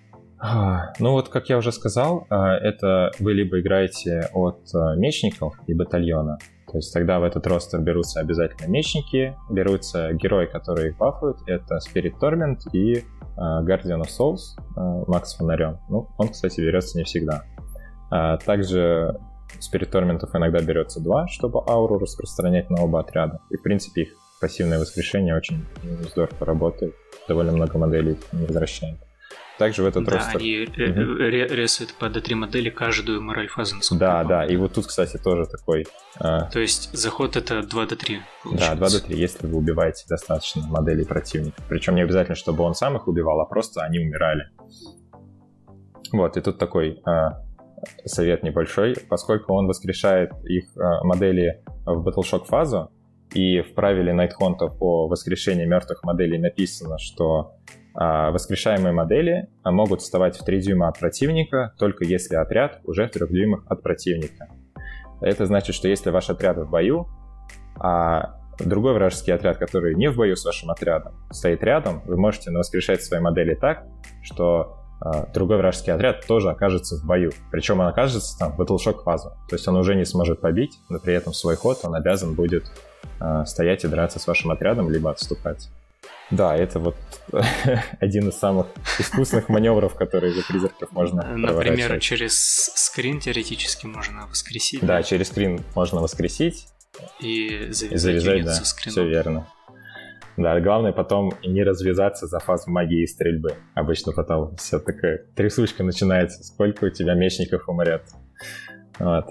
Ну вот, как я уже сказал, это вы либо играете от мечников и батальона, то есть тогда в этот ростер берутся обязательно мечники, берутся герои, которые их бафуют, это Spirit Torment и Guardian of Souls, Макс с фонарем. Ну, он, кстати, берется не всегда. Также Spirit Torment'ов иногда берется два, чтобы ауру распространять на оба отряда. И, в принципе, их пассивное воскрешение очень здорово работает. Довольно много моделей не возвращает. Также в этот
да,
ростер...
они угу. ресуют по ди три модели каждую мораль фазу.
Да, да, и вот тут, кстати, тоже такой...
Э... То есть заход это два ди три,
получается. Да, два ди три, если вы убиваете достаточно моделей противника. Причем не обязательно, чтобы он сам их убивал, а просто они умирали. Вот, и тут такой э, совет небольшой. Поскольку он воскрешает их э, модели в Battleshock фазу, и в правиле Найтхонта по воскрешению мертвых моделей написано, что воскрешаемые модели могут вставать в три дюйма от противника, только если отряд уже в трех дюймах от противника. Это значит, что если ваш отряд в бою, а другой вражеский отряд, который не в бою с вашим отрядом, стоит рядом, вы можете воскрешать свои модели так, что а, другой вражеский отряд тоже окажется в бою. Причем он окажется там в Battleshock фазу. То есть он уже не сможет побить, но при этом в свой ход он обязан будет а, стоять и драться с вашим отрядом, либо отступать. Да, это вот один из самых искусных маневров, которые за призраков можно проворачивать.
Например, через скрин теоретически можно воскресить.
Да, да? через скрин можно воскресить.
И завязать,
и завязать да,
со скрином.
Все верно. Да, главное потом не развязаться за фазу магии и стрельбы. Обычно потом вся такая трясучка начинается. Сколько у тебя мечников умрет. Вот.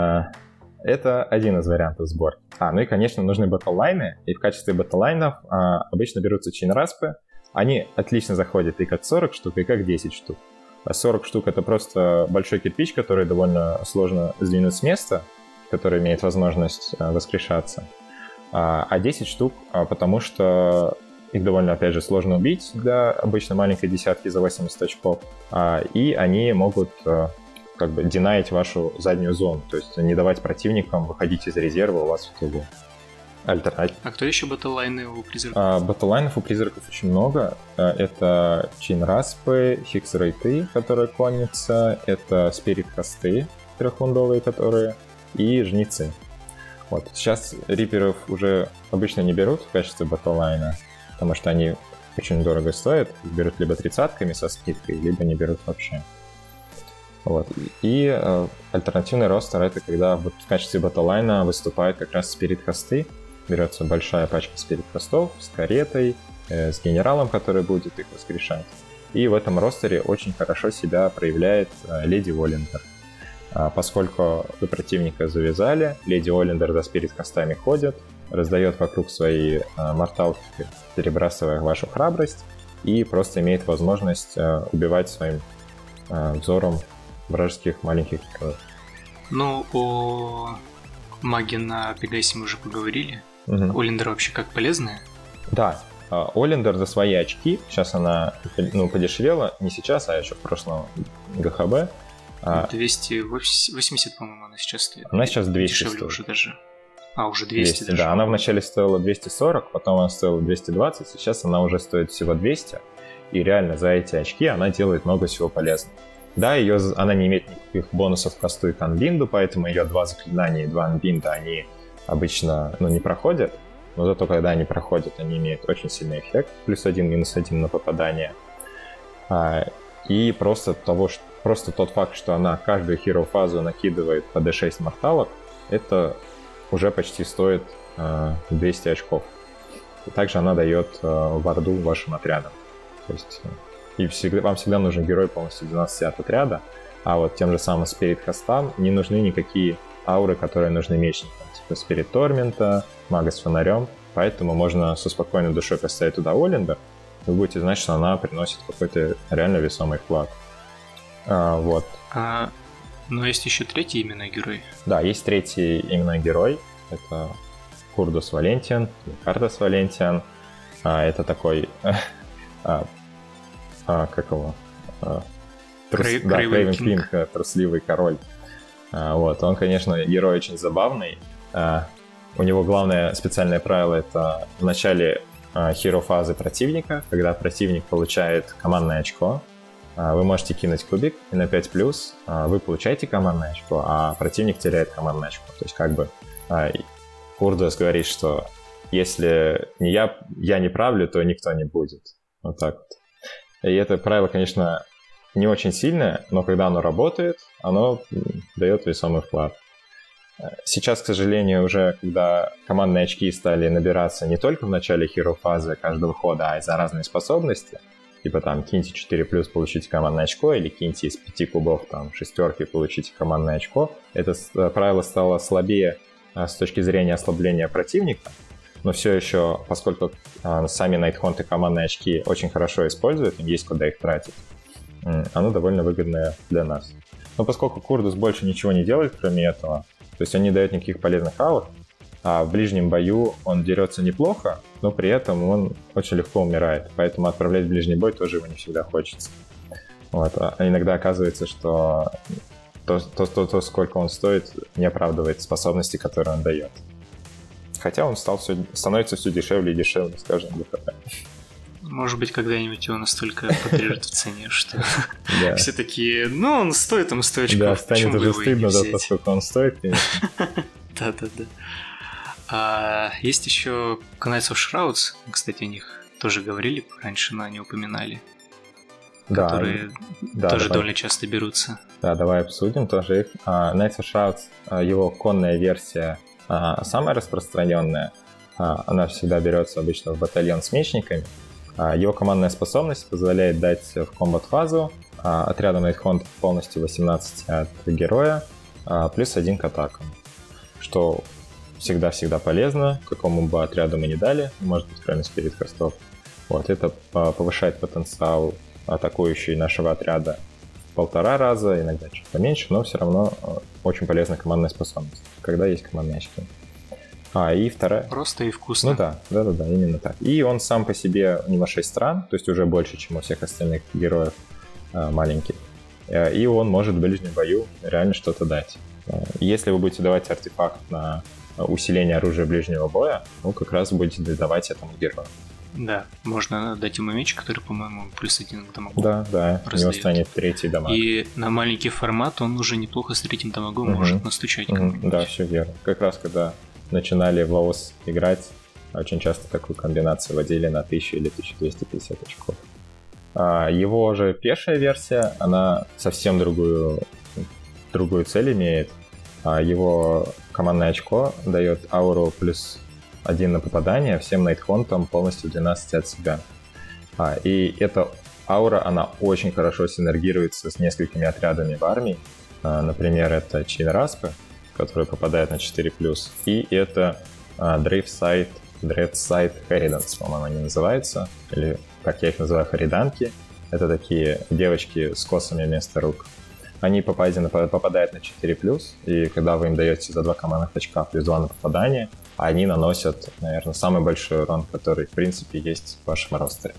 Это один из вариантов сборки. А, ну и, конечно, нужны батллайны, и в качестве батллайнов а, обычно берутся чейнраспы. Они отлично заходят и как сорок штук, и как десять штук. А сорок штук — это просто большой кирпич, который довольно сложно сдвинуть с места, который имеет возможность а, воскрешаться. А, а десять штук, а, потому что их довольно, опять же, сложно убить для обычно маленькой десятки за восемьдесят очков. А, и они могут... А, как бы динаить вашу заднюю зону, то есть не давать противникам выходить из резерва у вас в тылу. Альтернатив.
А кто еще батллайны у призраков?
А, батллайнов у призраков очень много. А, это чейнраспы, хикс-рейты, которые клонятся, это спирит-хосты трехлундовые, которые, и жнецы. Вот. Сейчас риперов уже обычно не берут в качестве батллайна, потому что они очень дорого стоят. Их берут либо тридцатками со скидкой, либо не берут вообще. Вот. И э, альтернативный ростер — это когда вот в качестве батллайна выступают как раз спирит-хосты. Берется большая пачка спирит-хостов с каретой, э, с генералом, который будет их воскрешать. И в этом ростере очень хорошо себя проявляет э, Леди Оллендер. А поскольку вы противника завязали, Леди Оллендер за спирит-хостами ходит, раздает вокруг свои э, морталки, перебрасывая вашу храбрость, и просто имеет возможность э, убивать своим э, взором вражеских маленьких героев.
Ну, о маге на Пегасе мы уже поговорили. Угу. Оллендер вообще как полезная?
Да, Оллендер за свои очки, сейчас она ну, подешевела, не сейчас, а еще в прошлом ГХБ.
двести восемьдесят, по-моему, она сейчас стоит.
Она сейчас двести
дешевле
стоит.
уже даже. А, уже двести, двести даже.
Да, она вначале стоила двести сорок, потом она стоила двести двадцать, сейчас она уже стоит всего двести. И реально за эти очки она делает много всего полезного. Да, ее, она не имеет никаких бонусов к касту и к анбинду, поэтому ее два заклинания и два анбинда, они обычно ну, не проходят. Но зато когда они проходят, они имеют очень сильный эффект. Плюс один, минус один на попадание. А, и просто, того, что, просто тот факт, что она каждую хиро-фазу накидывает по ди шесть морталок, это уже почти стоит а, двести очков. И также она дает а, варду вашим отрядам. То есть... И всегда, вам всегда нужен герой полностью двенадцати от отряда, а вот тем же самым спирит-хостам не нужны никакие ауры, которые нужны мечникам, типа спирит Тормента, мага с фонарем, поэтому можно со спокойной душой поставить туда Оллендер, вы будете знать, что она приносит какой-то реально весомый вклад. А, вот.
А, но есть еще третий именной герой.
Да, есть третий именной герой, это Курдус Валентиан, Кардас Валентиан, а, это такой... А, как его? А, трус...
Крей...
Да,
Крейвен
Кинг, Кинг, трусливый король. А, вот, он, конечно, герой очень забавный. А, у него главное специальное правило — это в начале а, хиро-фазы противника, когда противник получает командное очко, а, вы можете кинуть кубик, и на пять плюс а, вы получаете командное очко, а противник теряет командное очко. То есть как бы а, Курдус говорит, что если не я, я не правлю, то никто не будет. Вот так вот. И это правило, конечно, не очень сильное, но когда оно работает, оно дает весомый вклад. Сейчас, к сожалению, уже когда командные очки стали набираться не только в начале хиро-фазы каждого хода, а и за разные способности, типа там киньте четыре плюс, получите командное очко, или киньте из пяти кубов там шестерки, получите командное очко, это правило стало слабее с точки зрения ослабления противника, но все еще, поскольку сами Найтхонты командные очки очень хорошо используют, им есть куда их тратить, оно довольно выгодное для нас. Но поскольку Курдус больше ничего не делает, кроме этого, то есть он не дает никаких полезных аур, а в ближнем бою он дерется неплохо, но при этом он очень легко умирает, поэтому отправлять в ближний бой тоже его не всегда хочется. Вот. А иногда оказывается, что то, то, то, то, сколько он стоит, не оправдывает способности, которые он дает. Хотя он стал все, становится все дешевле и дешевле с каждым ГХП.
Может быть, когда-нибудь его настолько подрежет в цене, что все такие, ну, он стоит там сто очков.
Да, станет уже стыдно за то, сколько он стоит, конечно.
Да-да-да. А есть еще Knights of Shrouds, кстати, о них тоже говорили раньше, но не упоминали,
да,
которые
да,
тоже
давай.
довольно часто берутся.
Да, давай обсудим тоже их. Uh, Knights of Shrouds, его конная версия, uh, самая распространенная. Uh, она всегда берется обычно в батальон с мечниками. Uh, его командная способность позволяет дать в комбат-фазу uh, отряду Найтхонтов полностью восемнадцать от героя, uh, плюс один к атакам, что всегда-всегда полезно, какому бы отряду мы ни дали, может быть, кроме спирит-хостов. Вот, это повышает потенциал атакующий нашего отряда в полтора раза, иногда чуть поменьше, но все равно очень полезная командная способность, когда есть командные очки. А, и вторая...
Просто и вкусно.
Ну да, да-да-да, именно так. И он сам по себе у него шесть стран, то есть уже больше, чем у всех остальных героев маленьких. И он может в ближнем бою реально что-то дать. Если вы будете давать артефакт на усиление оружия ближнего боя, ну, как раз будете давать этому герою.
Да, можно дать ему меч, который, по-моему, плюс один к дамагу.
Да, да, раздает. У него станет третий дамаг.
И на маленький формат он уже неплохо с третьим дамагом угу. может настучать угу. кому-нибудь.
Да, все верно. Как раз, когда начинали в ЛАОС играть, очень часто такую комбинацию водили на тысячу или тысячу двести пятьдесят очков. А его же пешая версия, она совсем другую, другую цель имеет. Его командное очко дает ауру плюс один на попадание всем Найтхонтам полностью двенадцать от себя. А, и эта аура, она очень хорошо синергируется с несколькими отрядами в армии. А, например, это Чейн Распы, который попадает на четыре плюс. И это а, Дрейфсайд, Дредсайд Харриданс, по-моему, они называются. Или, как я их называю, Харриданки. Это такие девочки с косами вместо рук. Они попадают на четыре плюс, и когда вы им даете за два командных очка плюс два на попадание, они наносят, наверное, самый большой урон, который, в принципе, есть в вашем ростере.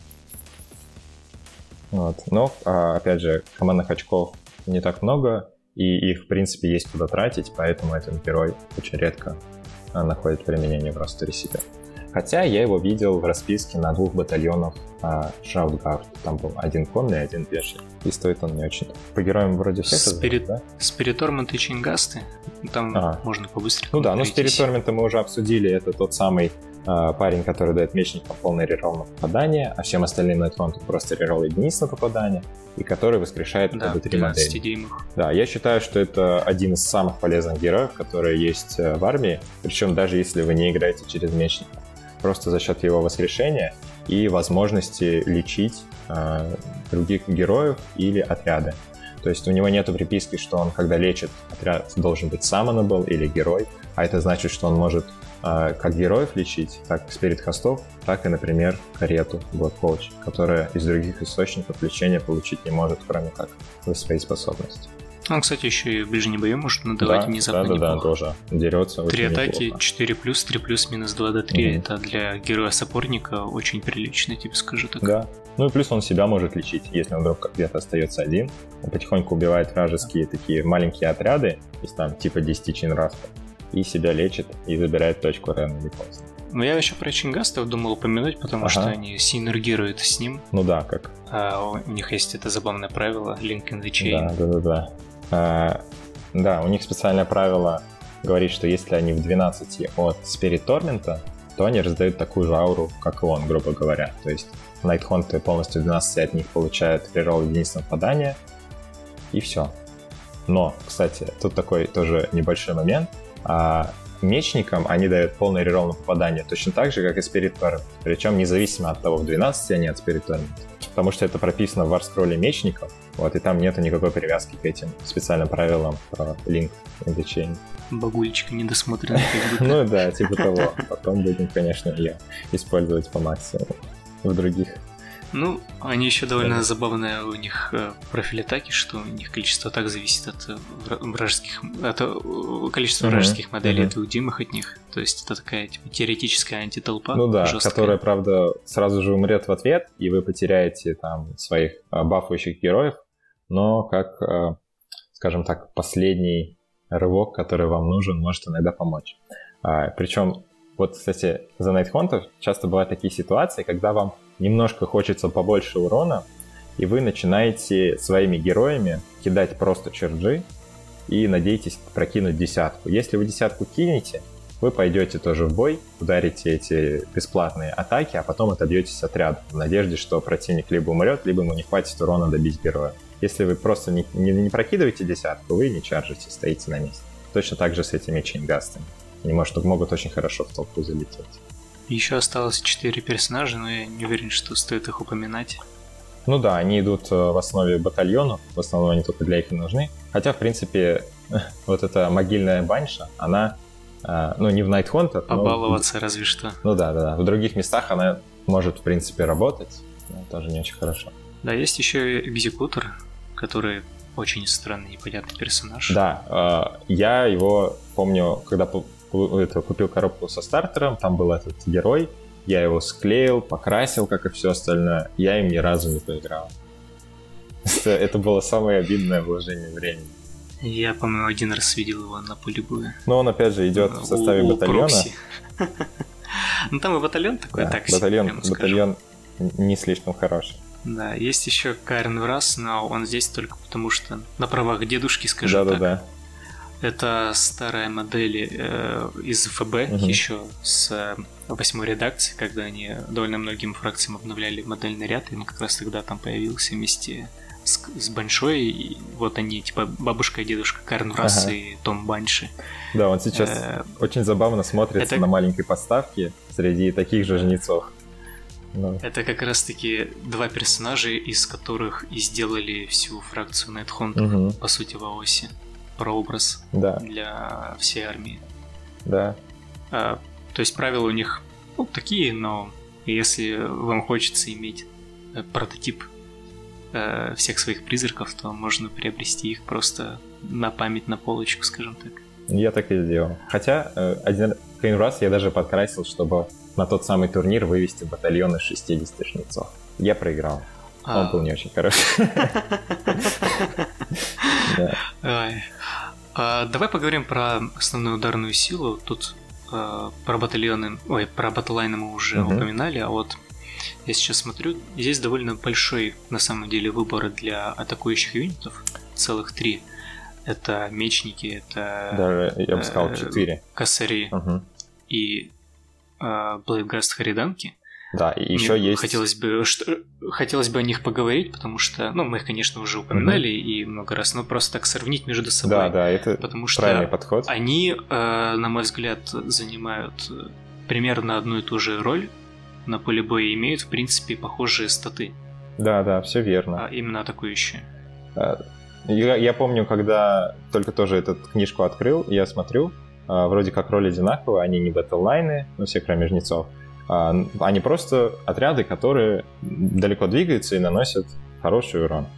Вот. Но, опять же, командных очков не так много, и их, в принципе, есть куда тратить, поэтому этот герой очень редко находит применение в ростере себе. Хотя я его видел в расписке на двух батальонах Шраудгард. Там был один конный и один пеший. И стоит он не очень. По героям вроде всех
Спирит...
да?
Спиритормент и Чингасты. Там а. можно побыстрее.
Ну да, но Спиритормента мы уже обсудили. Это тот самый а, парень, который дает мечникам полный реролл на попадание, а всем остальным Найтхонтам просто реролл единиц на попадание, и который воскрешает
да,
три модели.
Дюймах.
Да, я считаю, что это один из самых полезных героев, которые есть в армии, причем даже если вы не играете через мечника. Просто за счет его воскрешения и возможности лечить э, других героев или отряды. То есть у него нету приписки, что он, когда лечит, отряд должен быть самонабл или герой, а это значит, что он может э, как героев лечить, так и спирит-хостов, так и, например, карету Blood Coach, которая из других источников лечения получить не может, кроме как свои способности.
Он, кстати, еще и в ближнем бою может надавать
да,
внезапно
да, да,
неплохо.
Да, тоже дерется очень
Три атаки,
неплохо.
четыре плюс, три плюс, минус два до три.
Mm-hmm.
Это для героя-сопорника очень прилично, я тебе скажу так.
Да. Ну и плюс он себя может лечить, если он вдруг где-то остается один. Он потихоньку убивает вражеские такие маленькие отряды, из там типа десять Чейнраспов, и себя лечит, и забирает точку рано или поздно.
Ну я еще про Чингастов думал упомянуть, потому ага. что они синергируют с ним.
Ну да, как.
А у них есть это забавное правило Link in the Chain.
Да, да, да, да. А, да, у них специальное правило говорит, что если они в двенадцати от Spirit Torment, то они раздают такую же ауру, как и он, грубо говоря. То есть Найтхонты полностью двенадцать от них получают реролл единиц на попадание, и все. Но, кстати, тут такой тоже небольшой момент. А мечникам они дают полный реролл на попадание, точно так же, как и Spirit Torment. Причем независимо от того, в двенадцати они от Spirit Torment. Потому что это прописано в варскролле мечников, вот, и там нету никакой привязки к этим специальным правилам про Link in the Chain.
Багульчик недосмотренный как будто.
Ну да, типа того. Потом будем, конечно, ее использовать по максимуму в других.
Ну, они еще довольно забавные, у них профиль атаки, что у них количество атак зависит от вражеских, от количества вражеских моделей, от уйдимых от них. То есть это такая типа теоретическая антитолпа.
Ну да,
жесткая,
которая, правда, сразу же умрет в ответ, и вы потеряете там своих бафующих героев, но как, скажем так, последний рывок, который вам нужен, может иногда помочь. Причем, вот, кстати, за Найтхонтов часто бывают такие ситуации, когда вам немножко хочется побольше урона, и вы начинаете своими героями кидать просто черджи и надеетесь прокинуть десятку. Если вы десятку кинете, вы пойдете тоже в бой, ударите эти бесплатные атаки, а потом отобьетесь от отряда в надежде, что противник либо умрет, либо ему не хватит урона добить героя. Если вы просто не, не, не прокидываете десятку, вы не чаржите, стоите на месте. Точно так же с этими чейнгастами. Они может, могут очень хорошо в толпу залететь.
Еще осталось четыре персонажа, но я не уверен, что стоит их упоминать.
Ну да, они идут в основе батальонов, в основном они только для их и нужны. Хотя, в принципе, вот эта могильная банша, она, ну, не в Найтхонтах, но...
Побаловаться разве что.
Ну да, да, да. В других местах она может, в принципе, работать, но тоже не очень хорошо.
Да, есть еще экзекутор, который очень странный, непонятный персонаж.
Да, я его помню, когда это, купил коробку со стартером, там был этот герой, я его склеил, покрасил, как и все остальное, я им ни разу не поиграл. Это было самое обидное вложение времени.
Я, по-моему, один раз видел его на поле боя.
Но он, опять же, идет в составе батальона.
Ну там и батальон такой,
да,
так
батальон, батальон не слишком хороший.
Да, есть еще Карен Врас, но он здесь только потому, что на правах дедушки, скажем
да,
так.
Да, да.
Это старая модель э, из эф бэ, угу. еще с э, восьмой редакции, когда они довольно многим фракциям обновляли модельный ряд, и он как раз тогда там появился вместе с, с Баншой, и вот они, типа бабушка и дедушка Карен Врас ага. и Том Банши.
Да, он сейчас э, очень забавно смотрится это... на маленькой подставке среди таких же жнецов. Но...
Это как раз-таки два персонажа, из которых и сделали всю фракцию Найтхонтов, угу. по сути, в АОСе. Прообраз
да.
для всей армии.
Да.
А, то есть правила у них ну, такие, но если вам хочется иметь э, прототип э, всех своих призраков, то можно приобрести их просто на память, на полочку, скажем так.
Я так и сделал. Хотя э, один, один раз я даже подкрасил, чтобы на тот самый турнир вывести батальон из шестидесяти жнецов. Я проиграл. А... Он был не очень хороший.
Давай поговорим про основную ударную силу. Тут про батальоны, ой, про батллайны мы уже упоминали, а вот я сейчас смотрю, здесь довольно большой на самом деле выбор для атакующих юнитов, целых три. Это мечники, это...
Даже, я бы сказал, четыре.
Косари и Блейдгаст Хариданки.
Да, и еще
Мне
есть...
Хотелось бы, что, хотелось бы о них поговорить, потому что, ну, мы их, конечно, уже упоминали mm-hmm. и много раз, но просто так сравнить между собой.
Да, да, это
потому
правильный
что
подход.
Они, э, на мой взгляд, занимают примерно одну и ту же роль на поле боя и имеют, в принципе, похожие статы.
Да, да, все верно.
А именно атакующие.
Я, я помню, когда только тоже эту книжку открыл, я смотрю, вроде как роли одинаковые, они не батллайны, ну, все кроме жнецов. Они просто отряды, которые далеко двигаются и наносят хороший урон.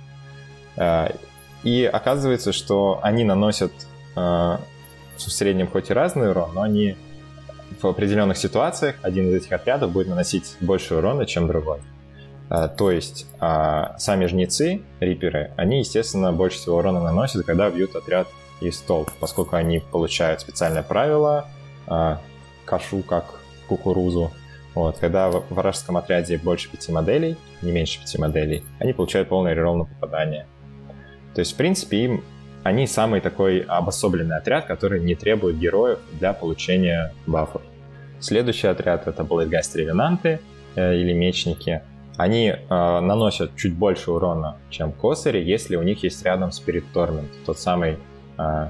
И оказывается, что они наносят в среднем хоть и разный урон, но они в определенных ситуациях один из этих отрядов будет наносить больше урона, чем другой. То есть сами жнецы, риперы, они, естественно, больше всего урона наносят, когда бьют отряд из толп, поскольку они получают специальное правило, кашу как кукурузу. Вот, когда в вражеском отряде больше пяти моделей, не меньше пяти моделей, они получают полный реролл на попадание. То есть, в принципе, им они самый такой обособленный отряд, который не требует героев для получения бафов. Следующий отряд — это Блейдгаст Ревенанты э, или Мечники. Они э, наносят чуть больше урона, чем косари, если у них есть рядом Spirit Torment, тот самый, э,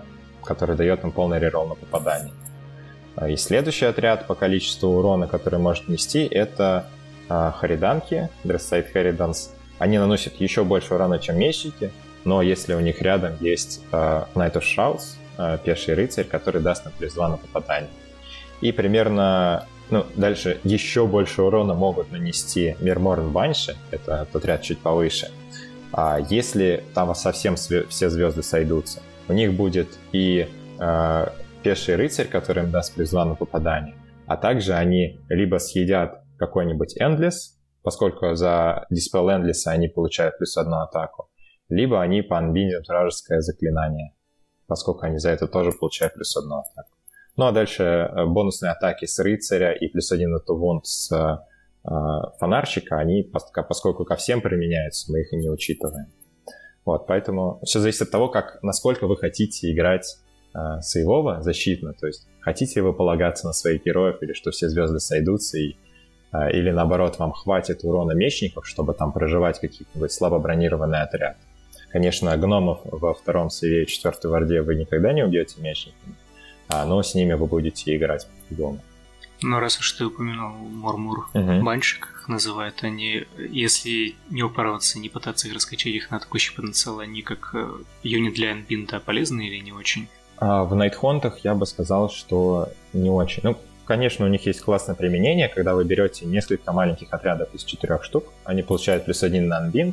который дает им полный реролл на попадание. И следующий отряд по количеству урона, который может нести, это э, Хариданки, Dressed Harridans. Они наносят еще больше урона, чем мечники, но если у них рядом есть э, Knight of Shrouds, э, пеший рыцарь, который даст им плюс два на попадание. И примерно, ну, дальше еще больше урона могут нанести Мирморн Банши, это тот ряд чуть повыше. А если там совсем све- все звезды сойдутся, у них будет и э, пеший рыцарь, который им даст плюс два на попадание, а также они либо съедят какой-нибудь Endless, поскольку за Dispel Endless они получают плюс одну атаку, либо они поанбиндят вражеское заклинание, поскольку они за это тоже получают плюс одну атаку. Ну а дальше бонусные атаки с рыцаря и плюс один на вунд с э, фонарщика, они, поскольку ко всем применяются, мы их и не учитываем. Вот, поэтому все зависит от того, как, насколько вы хотите играть э, сейвово, защитно, то есть хотите вы полагаться на своих героев или что все звезды сойдутся, и, э, или наоборот вам хватит урона мечников, чтобы там проживать какие-нибудь слабо бронированный отряд. Конечно, гномов во втором сейве и четвертой варде вы никогда не убьете мечниками, а, но с ними вы будете играть по-другому.
Ну, раз уж ты упомянул Мурмур,
угу.
Банши, как их называют, они, если не упарываться, не пытаться их раскачать, их на атакующий потенциал, они как юнит для анбинда полезны или не очень?
А в Найтхонтах я бы сказал, что не очень. Ну, конечно, у них есть классное применение, когда вы берете несколько маленьких отрядов из четырех штук, они получают плюс один на анбинд,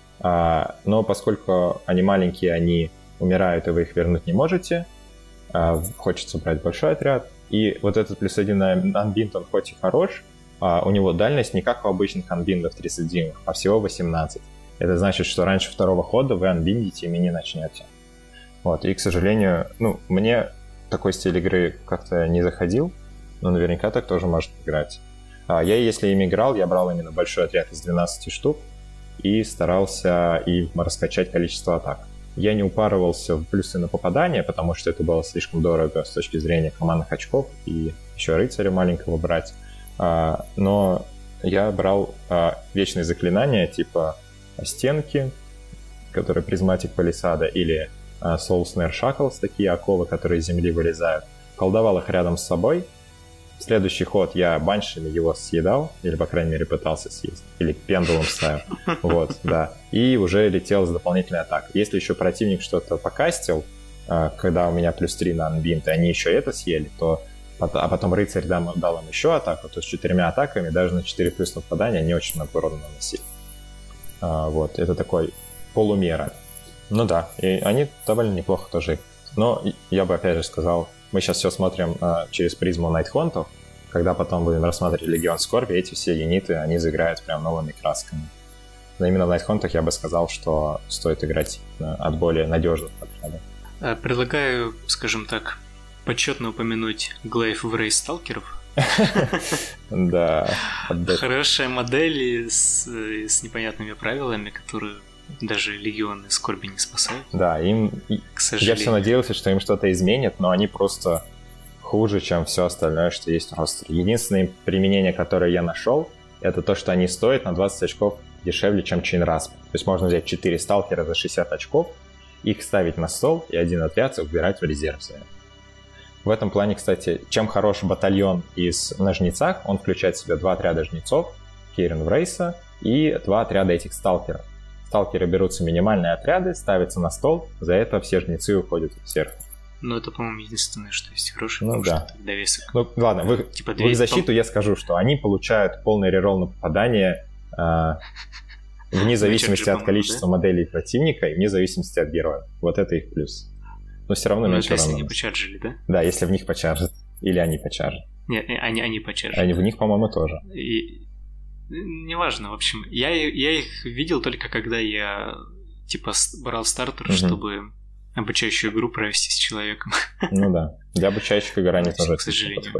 а, но поскольку они маленькие, они умирают, и вы их вернуть не можете, а, хочется брать большой отряд. И вот этот плюс один на анбинд, он хоть и хорош, а у него дальность не как у обычных анбиндов тридцать дюймов, а всего восемнадцать. Это значит, что раньше второго хода вы анбиндите и не начнете. Вот, и, к сожалению, ну, мне такой стиль игры как-то не заходил, но наверняка так тоже можно играть. А я, если им играл, я брал именно большой отряд из двенадцати штук и старался им раскачать количество атак. Я не упарывался в плюсы на попадание, потому что это было слишком дорого с точки зрения командных очков и еще рыцаря маленького брать. А, но я брал а, вечные заклинания типа стенки, которые призматик палисада, или а, Soul Snare Shackles, такие оковы, которые из земли вылезают. Колдовал их рядом с собой. В следующий ход я баншами его съедал, или, по крайней мере, пытался съесть. Или пендулом ставил. Вот, да. И уже летел с дополнительной атакой. Если еще противник что-то покастил, когда у меня плюс три на анбинд, и они еще это съели, то... А потом рыцарь дал, дал им еще атаку, то с четырьмя атаками, даже на четыре плюс на попадание, они очень много урона наносили. Вот, это такой полумера. Ну да, и они довольно неплохо тоже. Но я бы опять же сказал, мы сейчас все смотрим а, через призму Найтхонтов, когда потом будем рассматривать Легион Скорби, эти все юниты, они заиграют прям новыми красками. Но именно в Найтхонтах я бы сказал, что стоит играть а, от более надежных отрядов.
Предлагаю, скажем так, почетно упомянуть Глейв в рейс сталкеров.
Да.
Хорошая модель с непонятными правилами, которые даже легионы скорби не спасают.
Да, им... К сожалению. Я все надеялся, что им что-то изменит, но они просто хуже, чем все остальное, что есть в ростере. Единственное применение, которое я нашел, это то, что они стоят на двадцать очков дешевле, чем Чейнрасп. То есть можно взять четыре сталкера за шестьдесят очков, их ставить на стол и один отряд убирать в резерв. В этом плане, кстати, чем хорош батальон из на жнецах, он включает в себя два отряда жнецов, Кейрен Врейса, и два отряда этих сталкеров. Сталкеры берутся минимальные отряды, ставятся на стол, за это все жнецы уходят в серф.
Ну, это, по-моему, единственное, что есть хорошее,
ну,
потому
да.
что довесок.
Ну, ладно, в их, типа, в их защиту том... я скажу, что они получают полный реролл на попадание э, вне зависимости от количества да? моделей противника и вне зависимости от героя. Вот это их плюс. Но все равно
ну,
меньше
если
урона.
они почарджили, да?
Да, если в них почаржат. Или они почаржат.
Нет, они, они почаржат.
Они в них, по-моему, тоже.
И... Неважно, в общем. Я, я их видел только когда я типа брал стартер, угу. чтобы обучающую игру провести с человеком.
Ну да. Для обучающих игр они тоже,
к сожалению.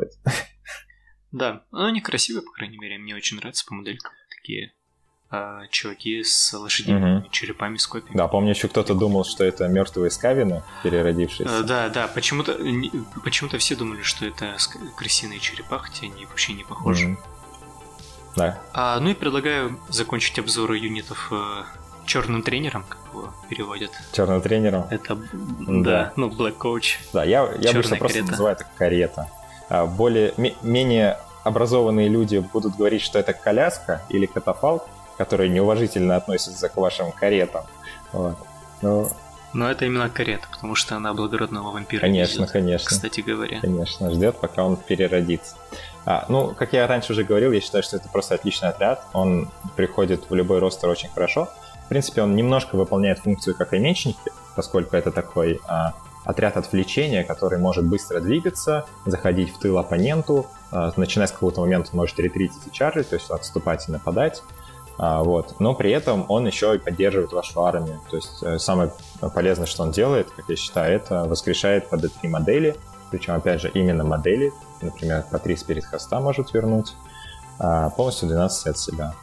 Да, но они красивые, по крайней мере. Мне очень нравятся по моделькам. Такие а, чуваки с лошадиными угу. черепами, с копьями.
Да, помню, еще кто-то думал, что это мертвые скавины, переродившиеся.
А, да, да, почему-то, почему-то все думали, что это крысиные черепа, хотя они вообще не похожи. Угу.
Да.
А, ну и предлагаю закончить обзоры юнитов черным тренером, как его переводят.
Черным тренером?
Это, да, да ну, Black Coach.
Да, я, я обычно просто карета. называю это карета. Более, м- менее образованные люди будут говорить, что это коляска или катафалк, которые неуважительно относятся к вашим каретам. Вот. Но...
Но это именно карета, потому что она благородного вампира
Конечно,
везет,
конечно.
Кстати говоря.
Конечно, ждет, пока он переродится. А, ну, как я раньше уже говорил, я считаю, что это просто отличный отряд. Он приходит в любой ростер очень хорошо. В принципе, он немножко выполняет функцию как и мечники, поскольку это такой а, отряд отвлечения, который может быстро двигаться, заходить в тыл оппоненту, а, начиная с какого-то момента он может ретритить и чаржить, то есть отступать и нападать. А, вот. Но при этом он еще и поддерживает вашу армию. То есть самое полезное, что он делает, как я считаю, это воскрешает по ди три модели. Причем, опять же, именно модели. Например, по три спирит хоста может вернуть. А полностью двенадцать от себя.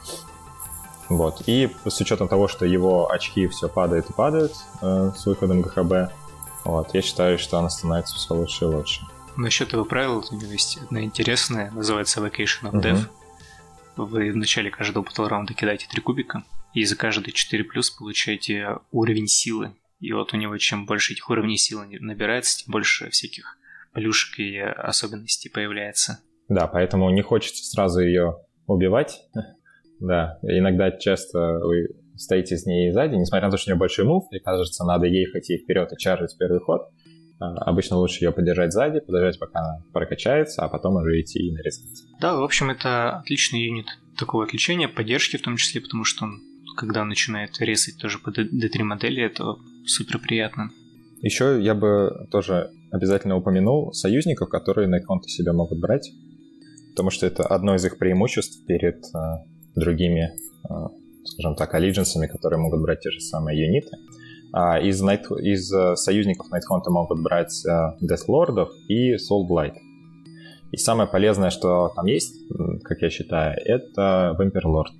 Вот. И с учетом того, что его очки все падают и падают э, с выходом ГХБ, вот, я считаю, что она становится все лучше и лучше.
Насчет его правил у него есть одна интересная, называется Location of Death. Uh-huh. Вы в начале каждого батл-раунда кидаете три кубика, и за каждый четыре плюс получаете уровень силы. И вот у него чем больше этих уровней силы набирается, тем больше всяких плюшек и особенностей появляется.
Да, поэтому не хочется сразу ее убивать. Да, иногда часто вы стоите с ней сзади, несмотря на то, что у нее большой мув, и кажется, надо ехать ей вперед и чаржить первый ход. Обычно лучше ее подержать сзади, подождать, пока она прокачается, а потом уже идти и нарезать.
Да, в общем, это отличный юнит такого отвлечения, поддержки в том числе, потому что он, когда он начинает резать тоже по ди три модели, это супер приятно.
Еще я бы тоже обязательно упомянул союзников, которые Найтхонты себе могут брать, потому что это одно из их преимуществ перед э, другими, э, скажем так, аллидженсами, которые могут брать те же самые юниты. А из, Night, из uh, союзников Найтхонта могут брать uh, Deathlord'ов и Soulblight. И самое полезное, что там есть, как я считаю, это Vampirelord.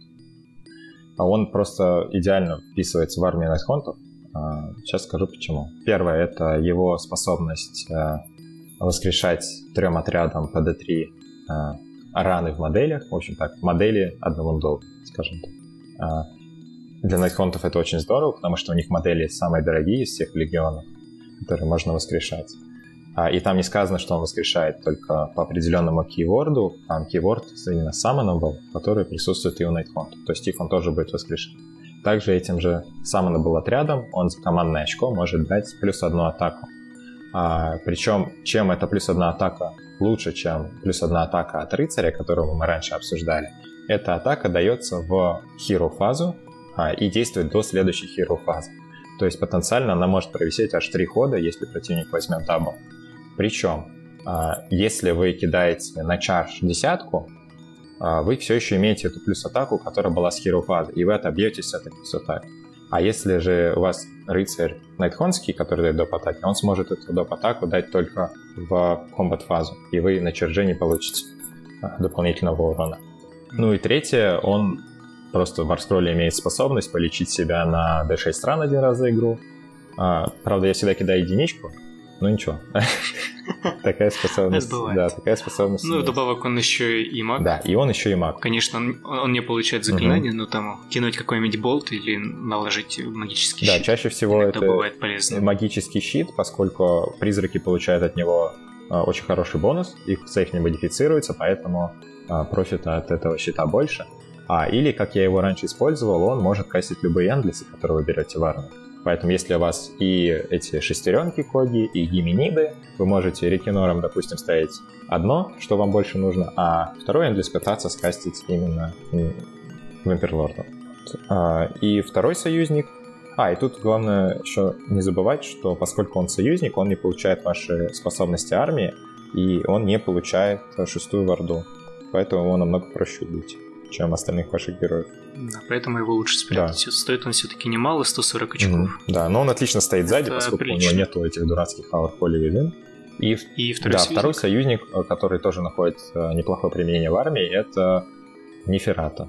А он просто идеально вписывается в армию Найтхонтов. Uh, сейчас скажу почему. Первое — это его способность uh, воскрешать трем отрядам по ди три uh, раны в моделях. В общем так, модели одновундовые, скажем так. Uh, Для Найтхонтов это очень здорово, потому что у них модели самые дорогие из всех легионов, которые можно воскрешать. А, и там не сказано, что он воскрешает только по определенному кейворду. Там кейворд именно Summonable, который присутствует и у Найтхонтов. То есть их он тоже будет воскрешать. Также этим же Summonable отрядом он за командное очко может дать плюс одну атаку. А, причем, чем эта плюс одна атака лучше, чем плюс одна атака от рыцаря, которого мы раньше обсуждали, эта атака дается в хиро-фазу и действует до следующей хиро-фазы. То есть потенциально она может провисеть аж три хода, если противник возьмет дабл. Причем, если вы кидаете на чардж десятку, вы все еще имеете эту плюс-атаку, которая была с хиро-фазы, и вы отобьетесь с этой плюс-атаки. А если же у вас рыцарь Найтхонский, который дает доп-атаки, он сможет эту доп-атаку дать только в комбат-фазу, и вы на чардже не получите дополнительного урона. Ну и третье, он просто в Варскролле имеет способность полечить себя на ди шесть ран один раз за игру. А, правда, я всегда кидаю единичку, но ничего. Такая способность. Да, такая способность.
Ну, добавок он еще и маг.
Да, и он еще и маг.
Конечно, он не получает заклинания, но там кинуть какой-нибудь болт или наложить магический щит.
Да, чаще всего это магический щит, поскольку призраки получают от него очень хороший бонус, их сейф не модифицируется, поэтому профита от этого щита больше. А, или, как я его раньше использовал, он может кастить любые эндлисы, которые вы берете в армию. Поэтому если у вас и эти шестеренки коги, и гимениды, вы можете рекинором, допустим, ставить одно, что вам больше нужно, а второй эндлис пытаться скастить именно Вампирлордом. А, и второй союзник... А, и тут главное еще не забывать, что поскольку он союзник, он не получает ваши способности армии, и он не получает шестую варду. Поэтому его намного проще убить, чем остальных ваших героев.
Да, поэтому его лучше спрятать. Да. Стоит он все-таки немало, сто сорок очков.
Mm-hmm. Да, но он отлично стоит сзади, это поскольку прилично. У него нету этих дурацких Hour Holy Within. И,
и второй,
да,
союзник.
второй союзник, который тоже находит неплохое применение в армии, это Неферата.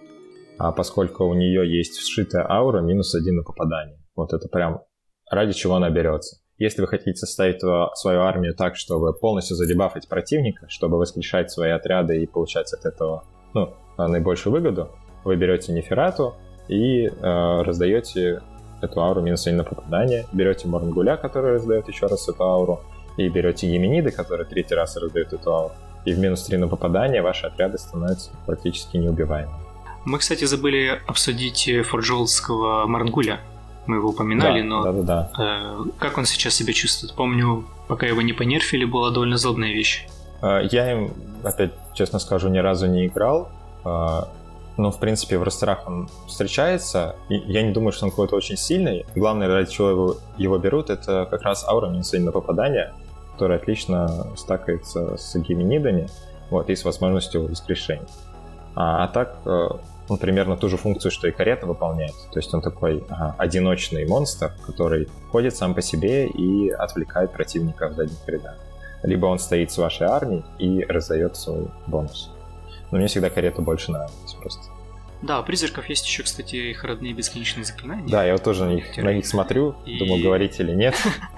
А поскольку у нее есть сшитая аура, минус один на попадание. Вот это прям ради чего она берется. Если вы хотите составить свою армию так, чтобы полностью задебафать противника, чтобы воскрешать свои отряды и получать от этого ну, наибольшую выгоду, вы берете Неферату и э, раздаете эту ауру минус один на попадание, берете Морнгуля, который раздает еще раз эту ауру, и берете Геминиды, который третий раз раздает эту ауру, и в минус три на попадание ваши отряды становятся практически неубиваемыми.
Мы, кстати, забыли обсудить форджолдского Морнгуля. Мы его упоминали,
да,
но
да, да, да.
Э, как он сейчас себя чувствует? Помню, пока его не понерфили, была довольно злобная вещь.
Э, я им, опять честно скажу, ни разу не играл. Э, но, в принципе, в ростерах он встречается. И я не думаю, что он какой-то очень сильный. Главное, ради чего его, его берут, это как раз аура минус один на попадание, которая отлично стакается с геминидами, вот, и с возможностью воскрешения. А, а так, э, он примерно ту же функцию, что и карета выполняет. То есть он такой ага, одиночный монстр, который ходит сам по себе и отвлекает противника в задних рядах. Либо он стоит с вашей армией и раздает свой бонус. Но мне всегда карета больше нравилась просто.
Да, у призраков есть еще, кстати, их родные бесконечные заклинания.
Да, я вот тоже на них, на них смотрю, и... думаю, говорить или нет.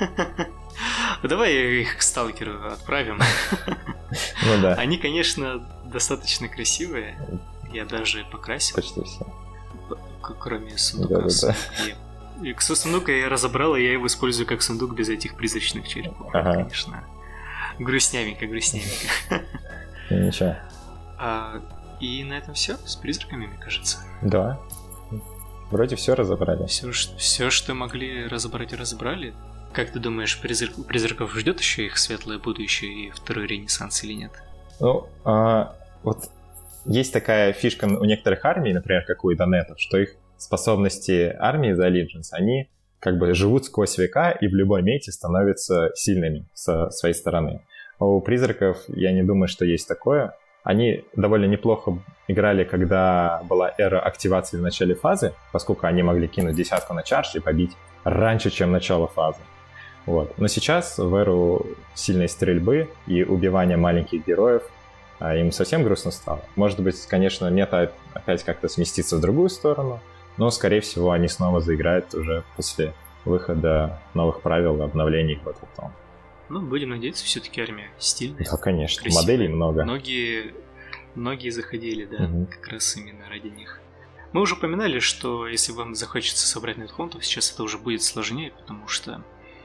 Давай их к сталкеру отправим.
Ну да.
Они, конечно, достаточно красивые. Я даже покрасил.
Почти все.
Кроме сундука. Да, да, да. И сундука я разобрал, и я его использую как сундук без этих призрачных черепов. Ага. Конечно. Грустнявенько, грустнявенько.
Ничего.
А, и на этом все с призраками, мне кажется.
Да. Вроде все разобрали.
Все, все, что могли разобрать, разобрали. Как ты думаешь, призрак, призраков ждет еще их светлое будущее и второй ренессанс или нет?
Ну, а, вот есть такая фишка у некоторых армий, например, как у идонетов, что их способности армии за Allegiance, они как бы живут сквозь века и в любой мете становятся сильными со своей стороны. А у призраков я не думаю, что есть такое. Они довольно неплохо играли, когда была эра активации в начале фазы, поскольку они могли кинуть десятку на чардж и побить раньше, чем начало фазы. Вот. Но сейчас, в эру сильной стрельбы и убивания маленьких героев, им совсем грустно стало. Может быть, конечно, мета опять как-то сместится в другую сторону, но, скорее всего, они снова заиграют уже после выхода новых правил и обновлений в Battletome.
Ну, будем надеяться, все-таки армия стильная.
Да, конечно,
красивая.
Моделей много.
Многие, многие заходили, да, угу. как раз именно ради них. Мы уже упоминали, что если вам захочется собрать Найтхонтов, сейчас это уже будет сложнее, потому что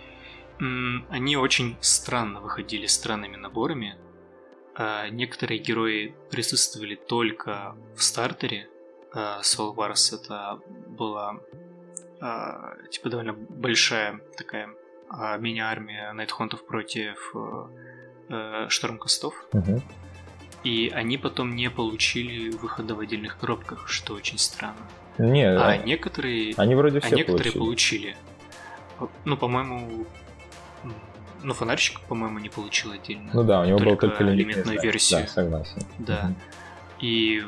м- они очень странно выходили, странными наборами. А некоторые герои присутствовали только в стартере. А Soul Wars это была а, типа довольно большая такая а, мини-армия Найтхонтов против а, Штормкастов.
Угу.
И они потом не получили выхода в отдельных коробках, что очень странно.
Не,
а
а...
некоторые,
они вроде
а
все
некоторые
получили.
получили. Ну, по-моему, ну, фонарщик, по-моему, не получил отдельно.
Ну да, у него
только
был только
элементную версию.
Да, согласен.
Да.
Угу.
И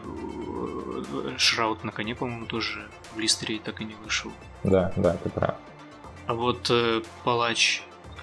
Шраут на коне, по-моему, тоже в листере так и не вышел.
Да, да, ты прав.
А вот э, Палач э,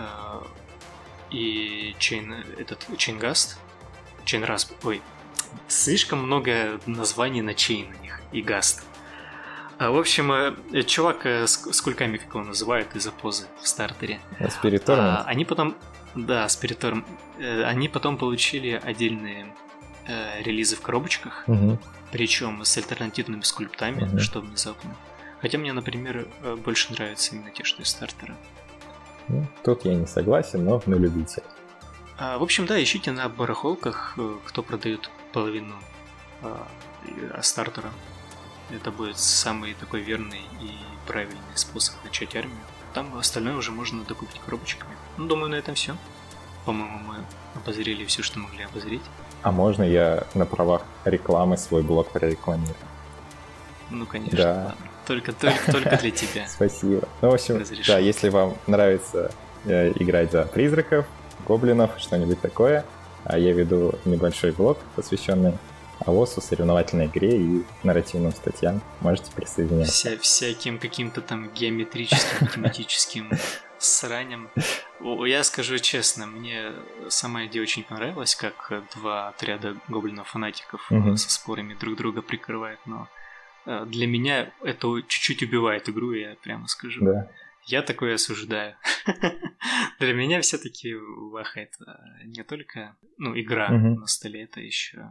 и Чейн, этот Чейнгаст, Чейнрасп, ой, слишком много названий на Чейн у них и Гаст. А, в общем, э, чувак э, с, с кульками, как его называют, из-за позы в стартере.
Спириторм.
А, они потом, да, Спириторм, э, они потом получили отдельные э, релизы в коробочках,
угу.
причем с альтернативными скульптами, угу. что внезапно. Хотя мне, например, больше нравятся именно те, что из стартера.
Ну, тут я не согласен, но на любителя.
А, в общем, да, ищите на барахолках, кто продает половину а, стартера. Это будет самый такой верный и правильный способ начать армию. Там остальное уже можно докупить коробочками. Ну, думаю, на этом все. По-моему, мы обозрели все, что могли обозреть.
А можно я на правах рекламы свой блог прорекламирую?
Ну, конечно,
да.
ладно. Только, только, только для тебя.
Спасибо. Ну, в общем,
разрешил.
Да, если вам нравится э, играть за призраков, гоблинов, что-нибудь такое, а я веду небольшой блог, посвященный АОСу, соревновательной игре и нарративным статьям. Можете присоединяться.
Вся, всяким каким-то там геометрическим, математическим сраням. Я скажу честно, мне сама идея очень понравилась, как два отряда гоблинов-фанатиков угу. со спорами друг друга прикрывают, но для меня это чуть-чуть убивает игру, я прямо скажу.
Да.
Я такое осуждаю. Для меня все-таки Ваха это не только ну, игра угу. на столе, это еще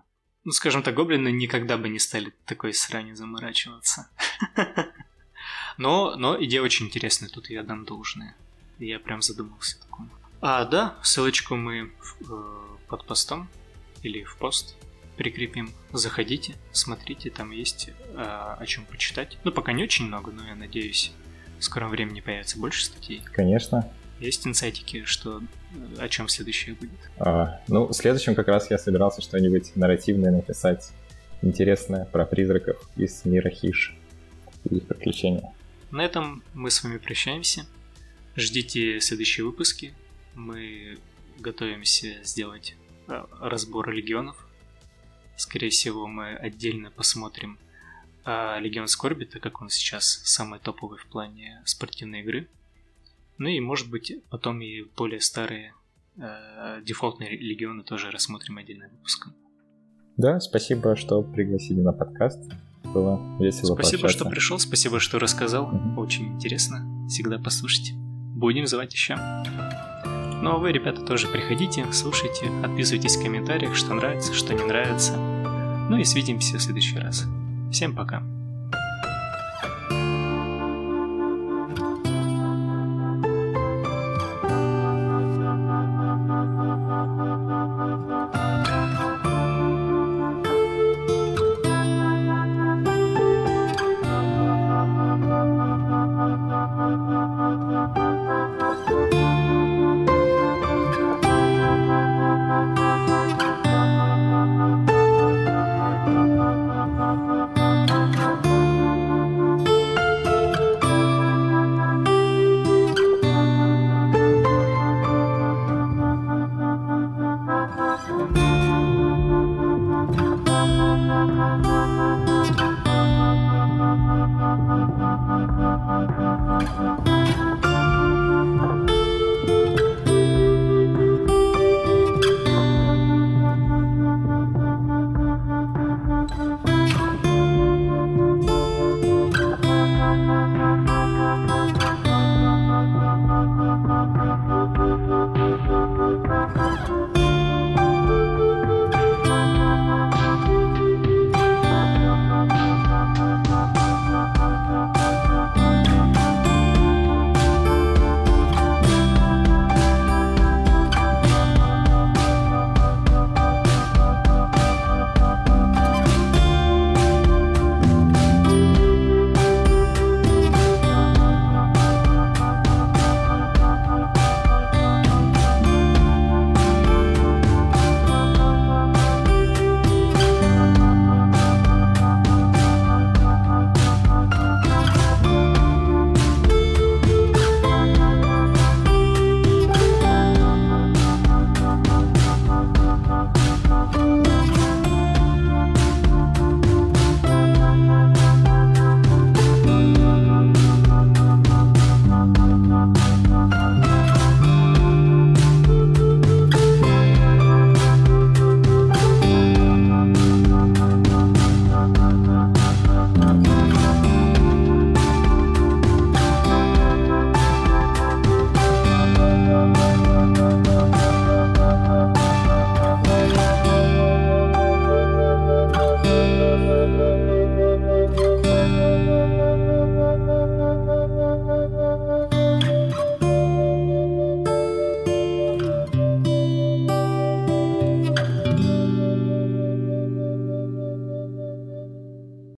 Ну, скажем так, гоблины никогда бы не стали такой сранью заморачиваться. Но, но идея очень интересная, тут я дам должное. Я прям задумался о таком. А, да, ссылочку мы э, под постом или в пост прикрепим. Заходите, смотрите, там есть э, о чем почитать. Ну, пока не очень много, но я надеюсь, в скором времени появится больше статей.
Конечно.
Есть инсайтики, что о чем следующее будет?
А, ну, следующим как раз я собирался что-нибудь нарративное написать, интересное про призраков из мира Хиш и их приключения.
На этом мы с вами прощаемся. Ждите следующие выпуски. Мы готовимся сделать разбор легионов. Скорее всего, мы отдельно посмотрим Легион Скорби, так как он сейчас самый топовый в плане спортивной игры. Ну и, может быть, потом и более старые э, дефолтные легионы тоже рассмотрим отдельным выпуском.
Да, спасибо, что пригласили на подкаст. Было весело
Спасибо,
пообщаться.
что пришел, спасибо, что рассказал.
Угу.
Очень интересно. Всегда послушайте. Будем звать еще. Ну а вы, ребята, тоже приходите, слушайте, отписывайтесь в комментариях, что нравится, что не нравится. Ну и свидимся в следующий раз. Всем пока.